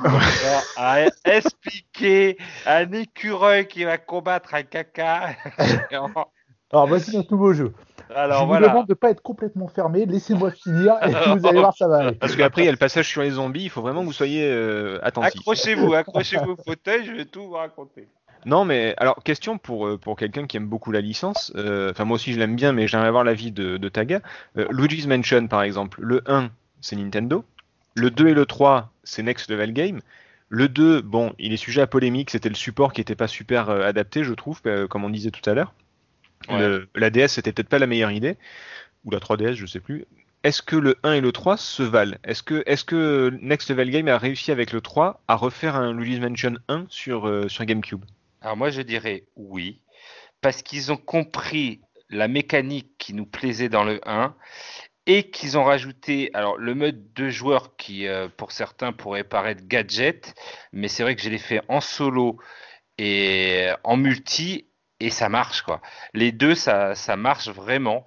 Speaker 5: à expliquer un écureuil qui va combattre un caca.
Speaker 4: Alors, voici notre nouveau jeu.
Speaker 5: Alors
Speaker 4: vous
Speaker 5: voilà.
Speaker 4: demande de pas être complètement fermé, laissez-moi finir et vous allez voir, ça va aller.
Speaker 1: Parce qu'après, il y a le passage sur les zombies, il faut vraiment que vous soyez attentifs.
Speaker 5: Accrochez-vous au fauteuil, je vais tout vous raconter.
Speaker 1: Non, mais alors, question pour quelqu'un qui aime beaucoup la licence. Enfin, moi aussi, je l'aime bien, mais j'aimerais avoir l'avis de Taga. Luigi's Mansion, par exemple. Le 1, c'est Nintendo. Le 2 et le 3, c'est Next Level Game. Le 2, bon, il est sujet à polémique. C'était le support qui n'était pas super adapté, je trouve, comme on disait tout à l'heure.
Speaker 5: Ouais.
Speaker 1: La DS, c'était peut-être pas la meilleure idée. Ou la 3DS, je sais plus. Est-ce que le 1 et le 3 se valent? Est-ce que Next Level Game a réussi avec le 3 à refaire un Luigi's Mansion 1 sur GameCube?
Speaker 5: Alors moi, je dirais oui, parce qu'ils ont compris la mécanique qui nous plaisait dans le 1 et qu'ils ont rajouté alors le mode 2 joueurs qui, pour certains, pourrait paraître gadget, mais c'est vrai que je l'ai fait en solo et en multi et ça marche quoi. Les deux, ça marche vraiment.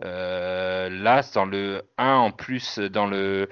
Speaker 5: Là, dans le 1 en plus, dans le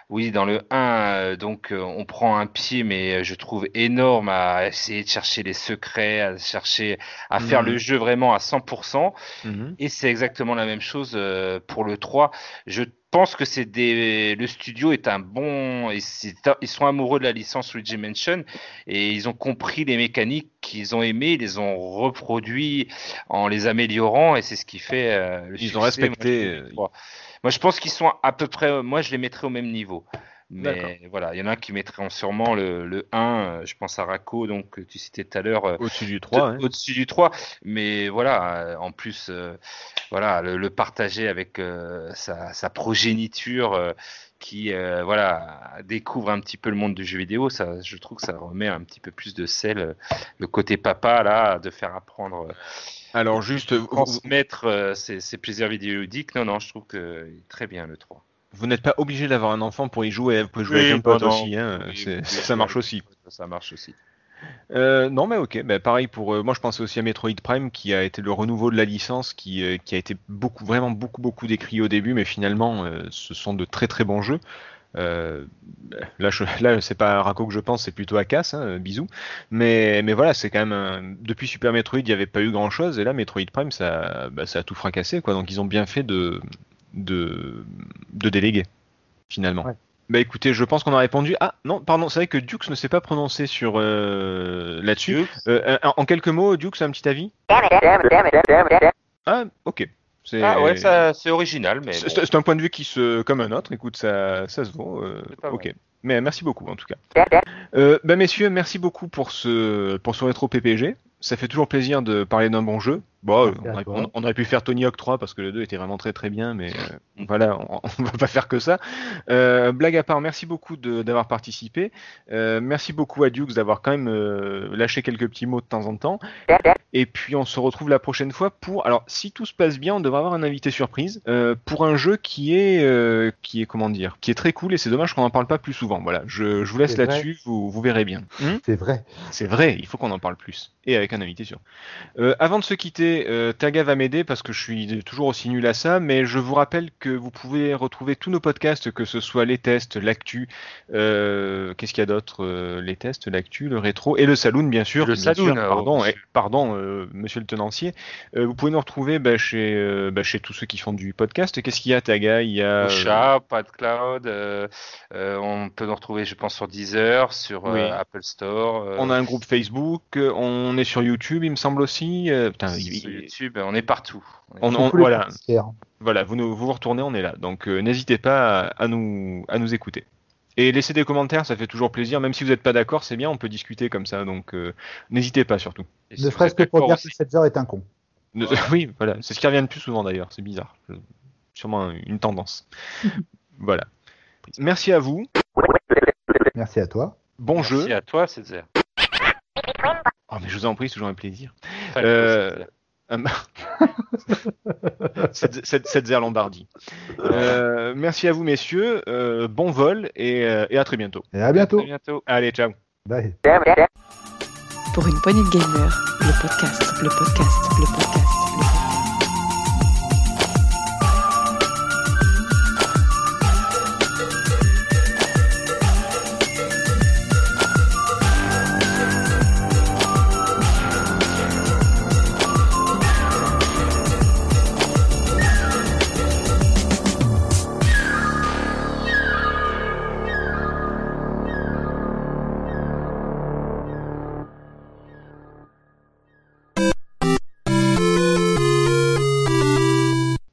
Speaker 5: 1, donc on prend un pied, mais je trouve énorme à essayer de chercher les secrets, à chercher à faire le jeu vraiment à 100%.
Speaker 1: Mhm.
Speaker 5: Et c'est exactement la même chose pour le 3. Je pense que le studio est un bon, ils sont amoureux de la licence Luigi Mansion et ils ont compris les mécaniques qu'ils ont aimées, ils les ont reproduits en les améliorant et c'est ce qui fait le
Speaker 1: Ils
Speaker 5: succès.
Speaker 1: ont respecté.
Speaker 5: Moi, je pense qu'ils sont à peu près, moi je les mettrais au même niveau.
Speaker 1: D'accord.
Speaker 5: Mais voilà, il y en a qui mettront sûrement le 1, je pense à Racco, donc que tu citais tout à l'heure,
Speaker 1: Au-dessus du 3. Hein.
Speaker 5: au-dessus du 3. Mais voilà, en plus, voilà, le partager avec sa progéniture qui voilà, découvre un petit peu le monde du jeu vidéo, ça, je trouve que ça remet un petit peu plus de sel, le côté papa, là, de faire apprendre.
Speaker 1: Alors juste,
Speaker 5: Transmettre ses plaisirs vidéoludiques, non, je trouve que très bien le 3.
Speaker 1: vous n'êtes pas obligé d'avoir un enfant pour y jouer, vous pouvez jouer avec un pote aussi, hein. Ça marche aussi.
Speaker 5: Ça marche aussi.
Speaker 1: Non mais ok, bah, pareil pour moi je pensais aussi à Metroid Prime qui a été le renouveau de la licence qui a été vraiment beaucoup décrié au début mais finalement ce sont de très très bons jeux. Là c'est pas à Racco que je pense, c'est plutôt à Cass, hein, bisous. Mais voilà, c'est quand même depuis Super Metroid il n'y avait pas eu grand chose et là Metroid Prime ça a tout fracassé quoi, donc ils ont bien fait de déléguer finalement.
Speaker 4: Ouais.
Speaker 1: Bah écoutez, je pense qu'on a répondu. Ah non, pardon, c'est vrai que Dukes ne s'est pas prononcé sur là-dessus. En quelques mots, Dukes, un petit avis? Ah, ok.
Speaker 5: Ah ouais, ça, c'est original, mais bon.
Speaker 1: C'est un point de vue comme un autre. Écoute, ça se vaut. Ok.
Speaker 5: mal.
Speaker 1: Mais merci beaucoup en tout cas. Bah messieurs, merci beaucoup pour ce rétro PPG. Ça fait toujours plaisir de parler d'un bon jeu. Bon, on aurait pu faire Tony Hawk 3 parce que le 2 était vraiment très très bien, mais voilà, on va pas faire que ça. Blague à part, merci beaucoup d'avoir participé. Merci beaucoup à Dukes d'avoir quand même lâché quelques petits mots de temps en temps. Et puis on se retrouve la prochaine fois alors si tout se passe bien, on devrait avoir un invité surprise pour un jeu qui est comment dire, qui est très cool et c'est dommage qu'on en parle pas plus souvent. Voilà, je vous laisse là-dessus, vous verrez bien.
Speaker 4: C'est vrai.
Speaker 1: C'est vrai, il faut qu'on en parle plus et avec un invité sûr. Avant de se quitter, Taga va m'aider parce que je suis toujours aussi nul à ça, mais je vous rappelle que vous pouvez retrouver tous nos podcasts, que ce soit les tests, l'actu, qu'est-ce qu'il y a d'autre, les tests, l'actu, le rétro et le saloon bien sûr.
Speaker 5: Le saloon,
Speaker 1: pardon, monsieur le tenancier. Vous pouvez nous retrouver chez tous ceux qui font du podcast. Qu'est-ce qu'il y a, Taga? Il y a
Speaker 5: Ocha, PodCloud, on peut nous retrouver, je pense, sur Deezer, sur Apple Store.
Speaker 1: On a un groupe Facebook, on est sur YouTube, il me semble aussi.
Speaker 5: Sur YouTube, on est partout.
Speaker 1: Voilà, vous retournez, on est là. Donc n'hésitez pas à nous écouter. Et laissez des commentaires, ça fait toujours plaisir. Même si vous n'êtes pas d'accord, c'est bien, on peut discuter comme ça. Donc n'hésitez pas surtout.
Speaker 4: Ne serait-ce que pour dire que Setzer est un con.
Speaker 1: Oui, voilà, c'est ce qui revient le plus souvent d'ailleurs, c'est bizarre. Sûrement une tendance. Voilà. Merci à vous.
Speaker 4: Merci à toi.
Speaker 1: Bon jeu.
Speaker 5: Merci à toi, Setzer.
Speaker 1: Oh, mais je vous en prie, c'est toujours un plaisir. Setzer Lombardi. Merci à vous, messieurs. Bon vol et à très bientôt.
Speaker 4: Et à bientôt.
Speaker 5: À très bientôt.
Speaker 1: Allez, ciao.
Speaker 4: Bye.
Speaker 2: Pour une poignée de gamers, le podcast.